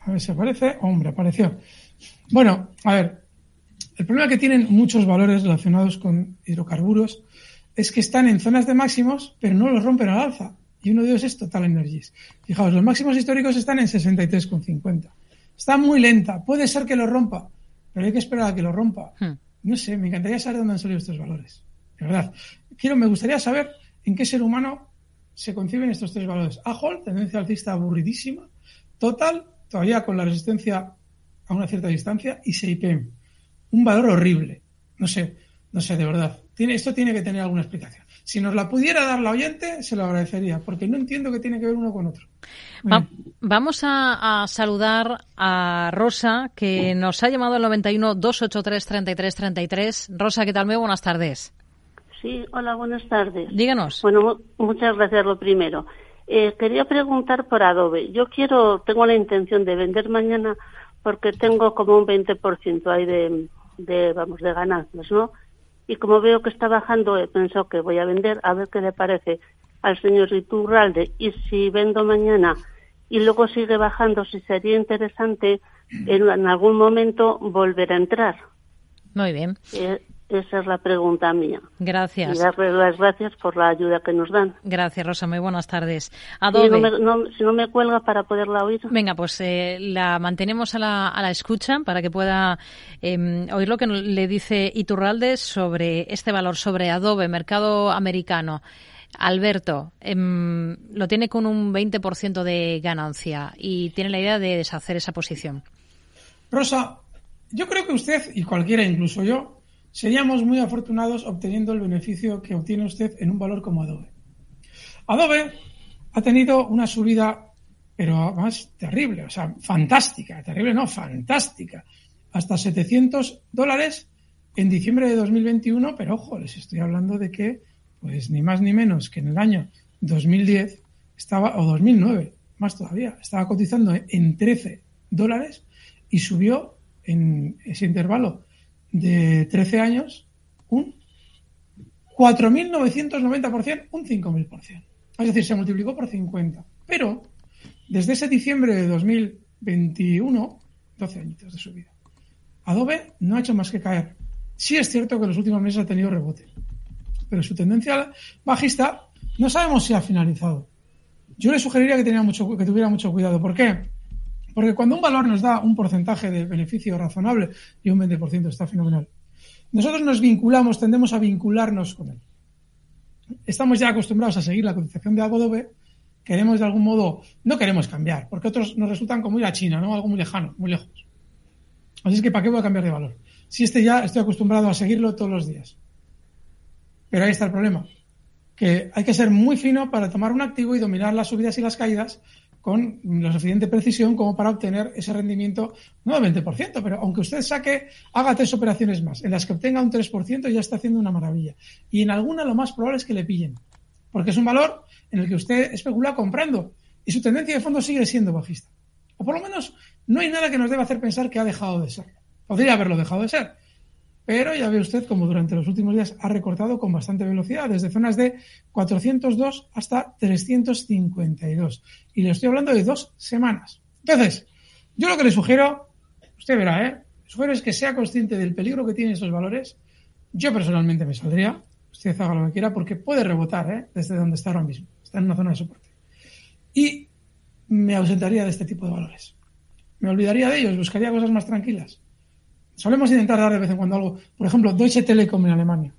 A ver si aparece. Hombre, apareció. Bueno, a ver. El problema que tienen muchos valores relacionados con hidrocarburos es que están en zonas de máximos, pero no los rompen al alza. Y uno de ellos es Total Energies. Fijaos, los máximos históricos están en sesenta y tres con cincuenta. Está muy lenta. Puede ser que lo rompa, pero hay que esperar a que lo rompa. Hmm. No sé, me encantaría saber dónde han salido estos valores. De verdad. Quiero, me gustaría saber en qué ser humano se conciben estos tres valores. Ahold, tendencia alcista aburridísima. Total, todavía con la resistencia a una cierta distancia. Y Saipem, un valor horrible. No sé, no sé, de verdad. Tiene, esto tiene que tener alguna explicación. Si nos la pudiera dar la oyente, se lo agradecería, porque no entiendo qué tiene que ver uno con otro. Va, vamos a, a saludar a Rosa, que nos ha llamado al noventa y uno, doscientos ochenta y tres, treinta y tres treinta y tres. Rosa, ¿qué tal? Muy buenas tardes. Sí, hola, buenas tardes. Díganos. Bueno, muchas gracias, lo primero. Eh, quería preguntar por Adobe. Yo quiero, tengo la intención de vender mañana porque tengo como un veinte por ciento ahí de, de, vamos, de ganancias, ¿no? Y como veo que está bajando, he pensado que voy a vender, a ver qué le parece al señor Iturralde. Y si vendo mañana y luego sigue bajando, si sería interesante en, en algún momento volver a entrar. Muy bien. Eh, esa es la pregunta mía. Gracias. Y darles las gracias por la ayuda que nos dan. Gracias, Rosa. Muy buenas tardes. Adobe. Si no me, no, si no me cuelga para poderla oír. Venga, pues eh, la mantenemos a la, a la escucha para que pueda eh, oír lo que le dice Iturralde sobre este valor, sobre Adobe, mercado americano. Alberto, eh, lo tiene con un veinte por ciento de ganancia y tiene la idea de deshacer esa posición. Rosa, yo creo que usted y cualquiera, incluso yo, seríamos muy afortunados obteniendo el beneficio que obtiene usted en un valor como Adobe. Adobe ha tenido una subida, pero más terrible, o sea, fantástica, terrible no, fantástica, hasta setecientos dólares en diciembre de dos mil veintiuno, pero ojo, les estoy hablando de que, pues ni más ni menos que en el año dos mil diez estaba, o dos mil nueve, más todavía, estaba cotizando en trece dólares y subió en ese intervalo de trece años un cuatro mil novecientos noventa por ciento, un cinco mil por ciento. Es decir, se multiplicó por cincuenta. Pero desde ese diciembre de dos mil veintiuno, doce añitos de subida, Adobe no ha hecho más que caer. Sí es cierto que en los últimos meses ha tenido rebote, pero su tendencia bajista no sabemos si ha finalizado. Yo le sugeriría que, tenía mucho, que tuviera mucho cuidado. ¿Por qué? Porque cuando un valor nos da un porcentaje de beneficio razonable y un veinte por ciento está fenomenal, nosotros nos vinculamos, tendemos a vincularnos con él. Estamos ya acostumbrados a seguir la cotización de Adobe, queremos de algún modo, no queremos cambiar, porque otros nos resultan como ir a China, ¿no? Algo muy lejano, muy lejos. Así es que ¿para qué voy a cambiar de valor? Si este ya estoy acostumbrado a seguirlo todos los días. Pero ahí está el problema, que hay que ser muy fino para tomar un activo y dominar las subidas y las caídas con la suficiente precisión como para obtener ese rendimiento, no del veinte por ciento, pero aunque usted saque, haga tres operaciones más, en las que obtenga un tres por ciento ya está haciendo una maravilla. Y en alguna lo más probable es que le pillen, porque es un valor en el que usted especula comprando y su tendencia de fondo sigue siendo bajista. O por lo menos no hay nada que nos deba hacer pensar que ha dejado de serlo. Podría haberlo dejado de ser, pero ya ve usted como durante los últimos días ha recortado con bastante velocidad, desde zonas de cuatrocientos dos hasta trescientos cincuenta y dos. Y le estoy hablando de dos semanas. Entonces, yo lo que le sugiero, usted verá, ¿eh? Le sugiero es que sea consciente del peligro que tienen esos valores. Yo personalmente me saldría, usted haga lo que quiera, porque puede rebotar, ¿eh? Desde donde está ahora mismo. Está en una zona de soporte. Y me ausentaría de este tipo de valores. Me olvidaría de ellos, buscaría cosas más tranquilas. Solemos intentar dar de vez en cuando algo. Por ejemplo, Deutsche Telekom en Alemania.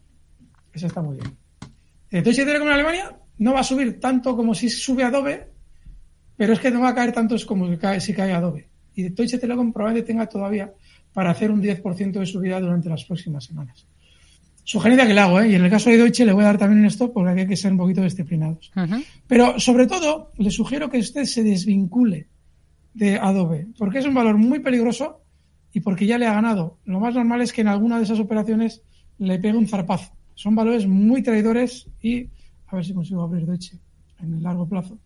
Eso está muy bien. Eh, Deutsche Telekom en Alemania no va a subir tanto como si sube Adobe, pero es que no va a caer tanto como si cae, si cae Adobe. Y Deutsche Telekom probablemente tenga todavía para hacer un diez por ciento de subida durante las próximas semanas. Sugerencia que le hago, ¿eh? Y en el caso de Deutsche le voy a dar también un stop porque hay que ser un poquito disciplinados. Uh-huh. Pero sobre todo, le sugiero que usted se desvincule de Adobe, porque es un valor muy peligroso y porque ya le ha ganado. Lo más normal es que en alguna de esas operaciones le pegue un zarpazo. Son valores muy traidores y, a ver si consigo abrir Deutsche en el largo plazo.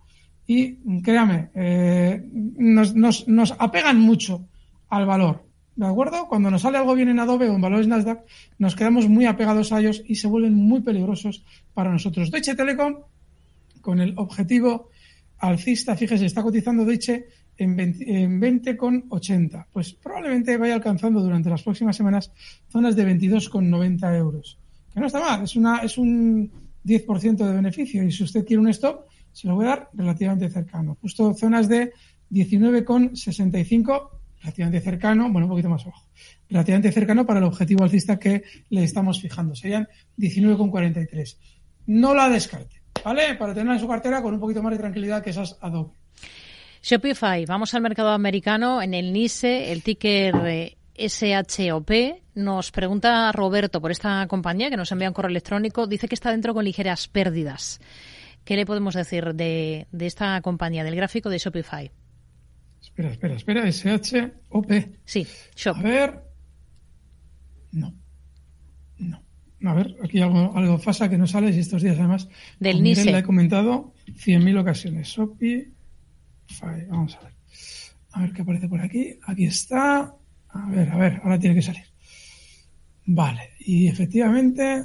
Y créame, eh, nos, nos, nos apegan mucho al valor, ¿de acuerdo? Cuando nos sale algo bien en Adobe o en valores Nasdaq, nos quedamos muy apegados a ellos y se vuelven muy peligrosos para nosotros. Deutsche Telekom, con el objetivo alcista, fíjese, está cotizando Deutsche en veinte coma ochenta. Pues probablemente vaya alcanzando durante las próximas semanas zonas de veintidós coma noventa euros. Que no está mal, es, una, es un diez por ciento de beneficio. Y si usted quiere un stop, se lo voy a dar relativamente cercano. Justo zonas de diecinueve coma sesenta y cinco, relativamente cercano, bueno, un poquito más abajo. Relativamente cercano para el objetivo alcista que le estamos fijando. Serían diecinueve coma cuarenta y tres. No la descarte, ¿vale? Para tenerla en su cartera con un poquito más de tranquilidad que esas Adobe. Shopify, vamos al mercado americano en el N I C E, el ticker S H O P. Nos pregunta Roberto por esta compañía que nos envía un correo electrónico. Dice que está dentro con ligeras pérdidas. ¿Qué le podemos decir de, de esta compañía, del gráfico de Shopify? Espera, espera, espera. S H O P. Sí, Shop. A ver. No. No. A ver, aquí algo, algo pasa que no sale y estos días además del N I C E. La he comentado cien mil ocasiones. Shopify. Vamos a ver. A ver qué aparece por aquí. Aquí está. A ver, a ver, ahora tiene que salir. Vale, y efectivamente...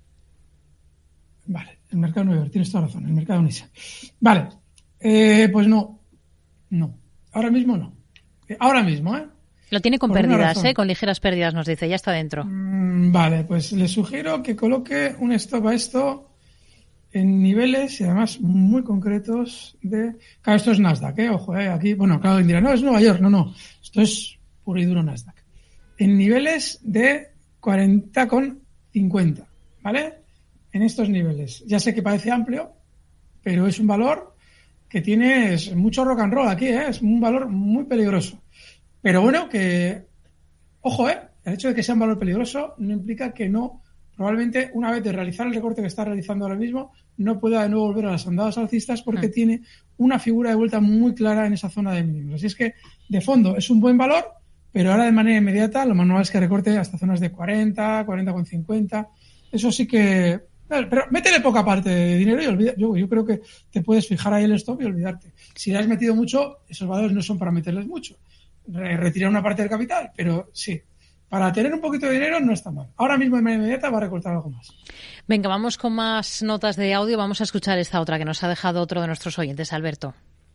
Vale, el mercado Nueva York, tienes toda razón, el mercado N I C E. Vale, eh, pues no, no, ahora mismo no. Eh, ahora mismo, ¿eh? Lo tiene con Por pérdidas, ¿eh? Con ligeras pérdidas, nos dice, ya está dentro. Mm, vale, pues le sugiero que coloque un stop a esto en niveles y además muy concretos de... Claro, esto es Nasdaq, ¿eh? Ojo, ¿eh? Aquí, bueno, claro, dirá, no, es Nueva York, no, no, esto es puro y duro Nasdaq. En niveles de cuarenta coma cincuenta, ¿vale? En estos niveles. Ya sé que parece amplio, pero es un valor que tiene mucho rock and roll aquí, ¿eh? Es un valor muy peligroso. Pero bueno, que... Ojo, ¿eh? El hecho de que sea un valor peligroso no implica que no, probablemente una vez de realizar el recorte que está realizando ahora mismo, no pueda de nuevo volver a las andadas alcistas porque mm. tiene una figura de vuelta muy clara en esa zona de mínimos. Así es que, de fondo, es un buen valor, pero ahora de manera inmediata lo más normal es que recorte hasta zonas de cuarenta, cuarenta coma cincuenta. Eso sí que... Pero métele poca parte de dinero y olvida. Yo, yo creo que te puedes fijar ahí el stop y olvidarte. Si le has metido mucho, esos valores no son para meterles mucho. Retirar una parte del capital, pero sí. Para tener un poquito de dinero no está mal. Ahora mismo de manera inmediata va a recortar algo más. Venga, vamos con más notas de audio. Vamos a escuchar esta otra que nos ha dejado otro de nuestros oyentes, Alberto.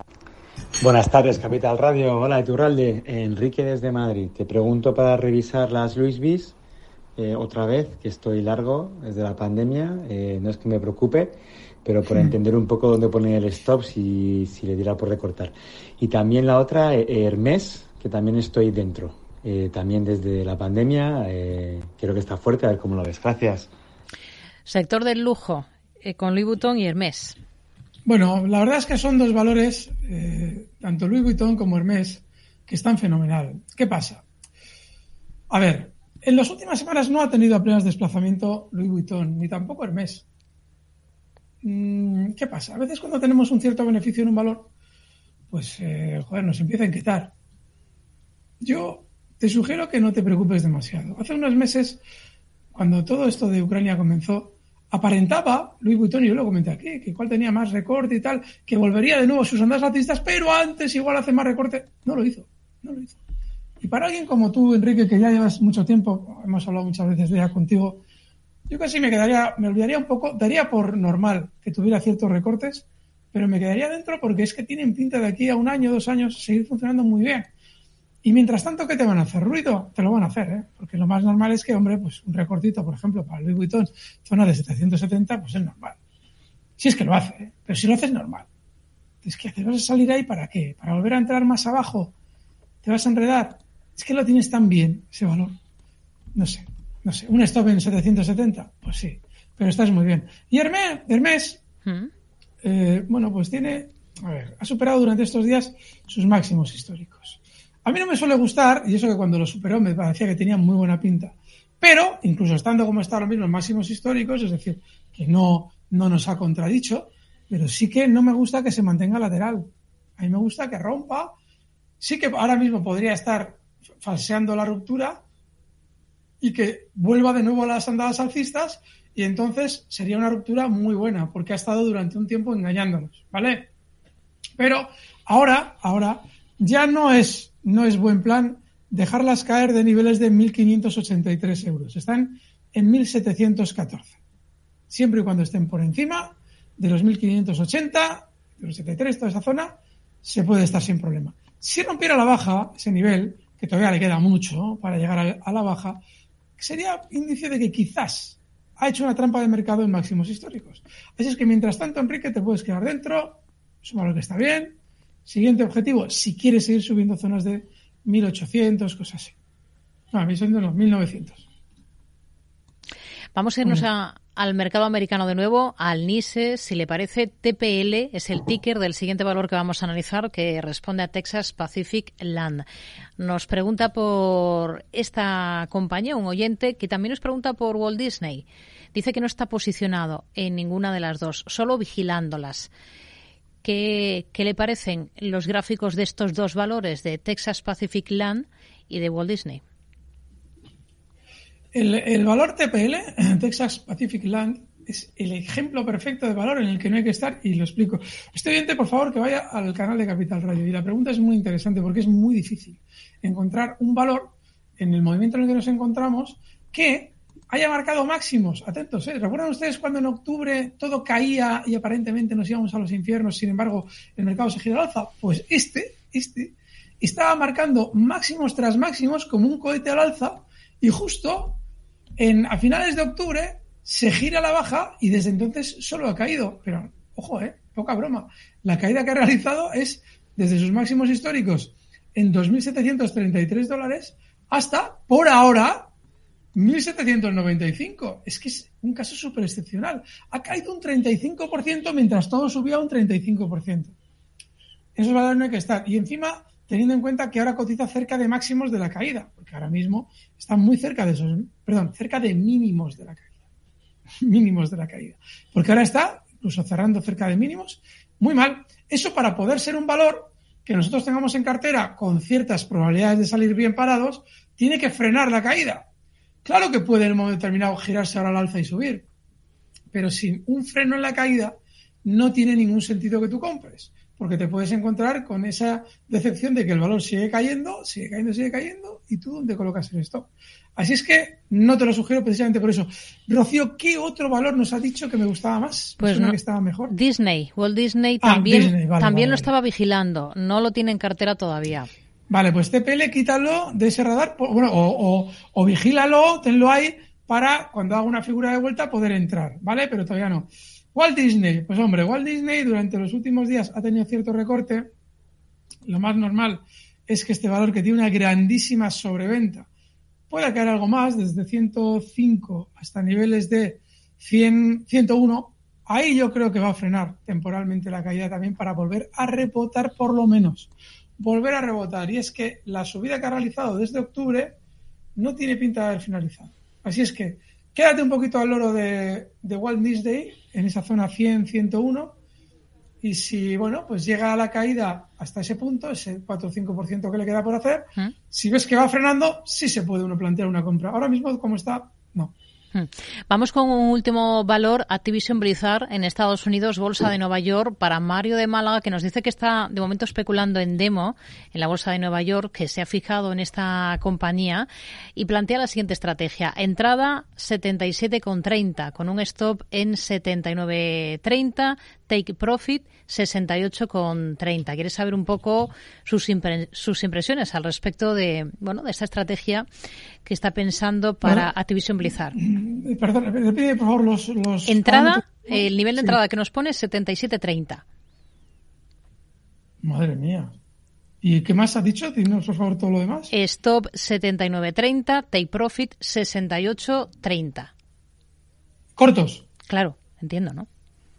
Buenas tardes, Capital Radio. Hola, Iturralde. Enrique desde Madrid. Te pregunto para revisar las Louis Vuitton eh, otra vez, que estoy largo desde la pandemia. Eh, no es que me preocupe, pero por entender un poco dónde poner el stop si, si le diera por recortar. Y también la otra, eh, Hermès, que también estoy dentro. Eh, también desde la pandemia. Eh, creo que está fuerte. A ver cómo lo ves. Gracias. Sector del lujo, eh, con Louis Vuitton y Hermès. Bueno, la verdad es que son dos valores, eh, tanto Louis Vuitton como Hermès, que están fenomenal. ¿Qué pasa? A ver, en las últimas semanas no ha tenido apenas desplazamiento Louis Vuitton, ni tampoco Hermès. ¿Qué pasa? A veces cuando tenemos un cierto beneficio en un valor, pues, eh, joder, nos empieza a inquietar. Yo te sugiero que no te preocupes demasiado. Hace unos meses, cuando todo esto de Ucrania comenzó, aparentaba Louis Vuitton, y yo lo comenté aquí, que igual tenía más recorte y tal, que volvería de nuevo a sus andadas alcistas, pero antes igual hace más recorte. No lo hizo, no lo hizo. Y para alguien como tú, Enrique, que ya llevas mucho tiempo, hemos hablado muchas veces de ella contigo, yo casi me quedaría, me olvidaría un poco, daría por normal que tuviera ciertos recortes, pero me quedaría dentro porque es que tienen pinta de aquí a un año, dos años, seguir funcionando muy bien. Y mientras tanto, ¿qué te van a hacer? Ruido, te lo van a hacer, ¿eh? Porque lo más normal es que, hombre, pues un recortito, por ejemplo, para Louis Vuitton, zona de setecientos setenta, pues es normal. Si es que lo hace, ¿eh? Pero si lo hace es normal. Es que te vas a salir ahí ¿para qué? ¿Para volver a entrar más abajo? ¿Te vas a enredar? Es que lo tienes tan bien, ese valor. No sé, no sé. ¿Un stop en setecientos setenta? Pues sí, pero estás muy bien. Y Hermès, Hermès ¿Mm? eh, bueno, pues tiene, a ver, ha superado durante estos días sus máximos históricos. A mí no me suele gustar, y eso que cuando lo superó me parecía que tenía muy buena pinta. Pero, incluso estando como está ahora mismo en máximos históricos, es decir, que no, no nos ha contradicho, pero sí que no me gusta que se mantenga lateral. A mí me gusta que rompa. Sí que ahora mismo podría estar falseando la ruptura y que vuelva de nuevo a las andadas alcistas, y entonces sería una ruptura muy buena, porque ha estado durante un tiempo engañándonos, ¿vale? Pero ahora, ahora, ya no es... No es buen plan dejarlas caer de niveles de mil quinientos ochenta y tres euros. Están en mil setecientos catorce. Siempre y cuando estén por encima de los mil quinientos ochenta, de los setenta y tres, toda esa zona, se puede estar sin problema. Si rompiera la baja, ese nivel, que todavía le queda mucho para llegar a, a la baja, sería índice de que quizás ha hecho una trampa de mercado en máximos históricos. Así es que mientras tanto, Enrique, te puedes quedar dentro, es un valor que está bien. Siguiente objetivo, si quieres seguir subiendo zonas de mil ochocientos, cosas así. No, mil ochocientos no, mil novecientos. Vamos a irnos a, al mercado americano de nuevo, al NYSE, si le parece. T P L es el ticker del siguiente valor que vamos a analizar, que responde a Texas Pacific Land. Nos pregunta por esta compañía un oyente que también nos pregunta por Walt Disney. Dice que no está posicionado en ninguna de las dos, solo vigilándolas. ¿Qué, qué le parecen los gráficos de estos dos valores, de Texas Pacific Land y de Walt Disney? El, el valor T P L, Texas Pacific Land, es el ejemplo perfecto de valor en el que no hay que estar, y lo explico. Este oyente, por favor, que vaya al canal de Capital Radio. Y la pregunta es muy interesante porque es muy difícil encontrar un valor en el movimiento en el que nos encontramos que haya marcado máximos. Atentos, ¿eh? ¿Recuerdan ustedes cuando en octubre todo caía y aparentemente nos íbamos a los infiernos, sin embargo el mercado se gira al alza? Pues este, este, estaba marcando máximos tras máximos como un cohete al alza, y justo en, a finales de octubre se gira a la baja y desde entonces solo ha caído. Pero, ojo, eh, poca broma. La caída que ha realizado es desde sus máximos históricos en dos mil setecientos treinta y tres dólares hasta, por ahora, mil setecientos noventa y cinco. Es que es un caso súper excepcional. Ha caído un treinta y cinco por ciento mientras todo subía un treinta y cinco por ciento. Esos valores no hay que estar. Y encima, teniendo en cuenta que ahora cotiza cerca de máximos de la caída, porque ahora mismo está muy cerca de esos, perdón, cerca de mínimos de la caída. Mínimos de la caída. Porque ahora está incluso cerrando cerca de mínimos. Muy mal. Eso, para poder ser un valor que nosotros tengamos en cartera con ciertas probabilidades de salir bien parados, tiene que frenar la caída. Claro que puede en un momento determinado girarse ahora al alza y subir, pero sin un freno en la caída no tiene ningún sentido que tú compres, porque te puedes encontrar con esa decepción de que el valor sigue cayendo, sigue cayendo, sigue cayendo, y tú dónde colocas el stop. Así es que no te lo sugiero precisamente por eso. Rocío, ¿qué otro valor nos ha dicho que me gustaba más? Pues no, que estaba mejor. Disney. Walt Disney también, ah, Disney, vale, también vale, lo vale. estaba vigilando, no lo tiene en cartera todavía. Vale, pues T P L quítalo de ese radar, bueno, o, o, o vigílalo, tenlo ahí para cuando haga una figura de vuelta poder entrar, ¿vale? Pero todavía no. Walt Disney, pues hombre, Walt Disney durante los últimos días ha tenido cierto recorte. Lo más normal es que este valor, que tiene una grandísima sobreventa, pueda caer algo más, desde ciento cinco hasta niveles de cien, ciento uno. Ahí yo creo que va a frenar temporalmente la caída también para volver a rebotar por lo menos. Volver a rebotar. Y es que la subida que ha realizado desde octubre no tiene pinta de haber finalizado. Así es que quédate un poquito al loro de, de Walt Disney en esa zona cien, ciento uno, y si, bueno, pues llega a la caída hasta ese punto, ese cuatro o cinco por ciento que le queda por hacer, ¿Mm? Si ves que va frenando, sí se puede uno plantear una compra. Ahora mismo, como está, no. Vamos con un último valor, Activision Blizzard en Estados Unidos, Bolsa de Nueva York, para Mario de Málaga, que nos dice que está de momento especulando en demo en la Bolsa de Nueva York, que se ha fijado en esta compañía y plantea la siguiente estrategia. Entrada setenta y siete con treinta, con un stop en setenta y nueve con treinta, take profit sesenta y ocho con treinta. ¿Quieres saber un poco sus, impre- sus impresiones al respecto de, bueno, de esta estrategia que está pensando para bueno, Activision Blizzard? Perdón, le pide por favor los... los entrada, el nivel de entrada sí. que nos pone es setenta y siete treinta. Madre mía. ¿Y qué más has dicho? Dinos por favor todo lo demás. Stop setenta y nueve treinta, take profit sesenta y ocho treinta. ¿Cortos? Claro, entiendo, ¿no?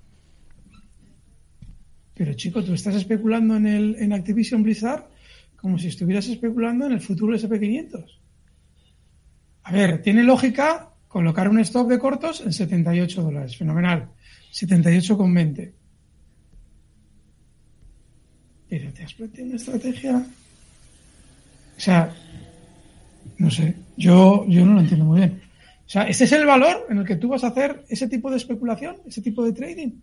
Pero chico, tú estás especulando en el en Activision Blizzard como si estuvieras especulando en el futuro ese and pe quinientos. A ver, tiene lógica colocar un stop de cortos en setenta y ocho dólares. Fenomenal. setenta y ocho con veinte. Pero te has planteado una estrategia. O sea, no sé. Yo, yo no lo entiendo muy bien. O sea, ¿ese es el valor en el que tú vas a hacer ese tipo de especulación, ese tipo de trading?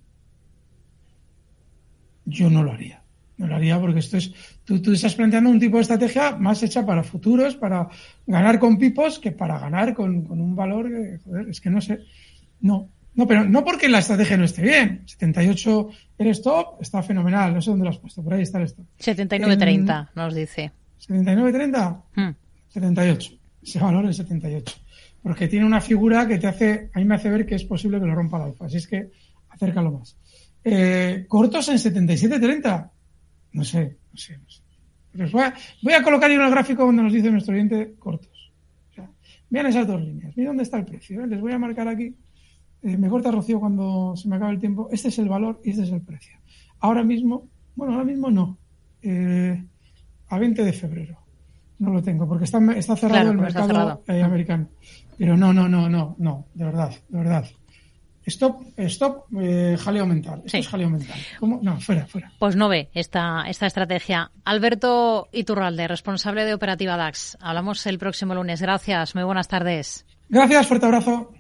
Yo no lo haría. No lo haría porque esto es... Tú, tú estás planteando un tipo de estrategia más hecha para futuros, para ganar con pipos, que para ganar con, con un valor que, joder, es que no sé. No, No, pero no porque la estrategia no esté bien. setenta y ocho el stop está fenomenal. No sé dónde lo has puesto. Por ahí está el stop. setenta y nueve treinta nos dice. ¿setenta y nueve treinta? Hmm. setenta y ocho. Ese valor es setenta y ocho. Porque tiene una figura que te hace, a mí me hace ver que es posible que lo rompa el alfa. Así es que acércalo más. Eh, cortos en setenta y siete treinta. No sé, no sé, no sé. Pues voy, a, voy a colocar ahí un gráfico donde nos dice nuestro oyente cortos. O sea, vean esas dos líneas. Miren dónde está el precio. ¿eh? Les voy a marcar aquí. Eh, me corta Rocío cuando se me acabe el tiempo. Este es el valor y este es el precio. Ahora mismo, bueno, ahora mismo no. Eh, a veinte de febrero. No lo tengo porque está, está cerrado claro, el mercado cerrado. Eh, americano. Pero no, no, no, no, no, de verdad, de verdad. Stop, stop, eh, jaleo mental. Esto sí. es jaleo mental. ¿Cómo? No, fuera, fuera. Pues no ve esta, esta estrategia. Alberto Iturralde, responsable de Operativa DAX. Hablamos el próximo lunes. Gracias, muy buenas tardes. Gracias, fuerte abrazo.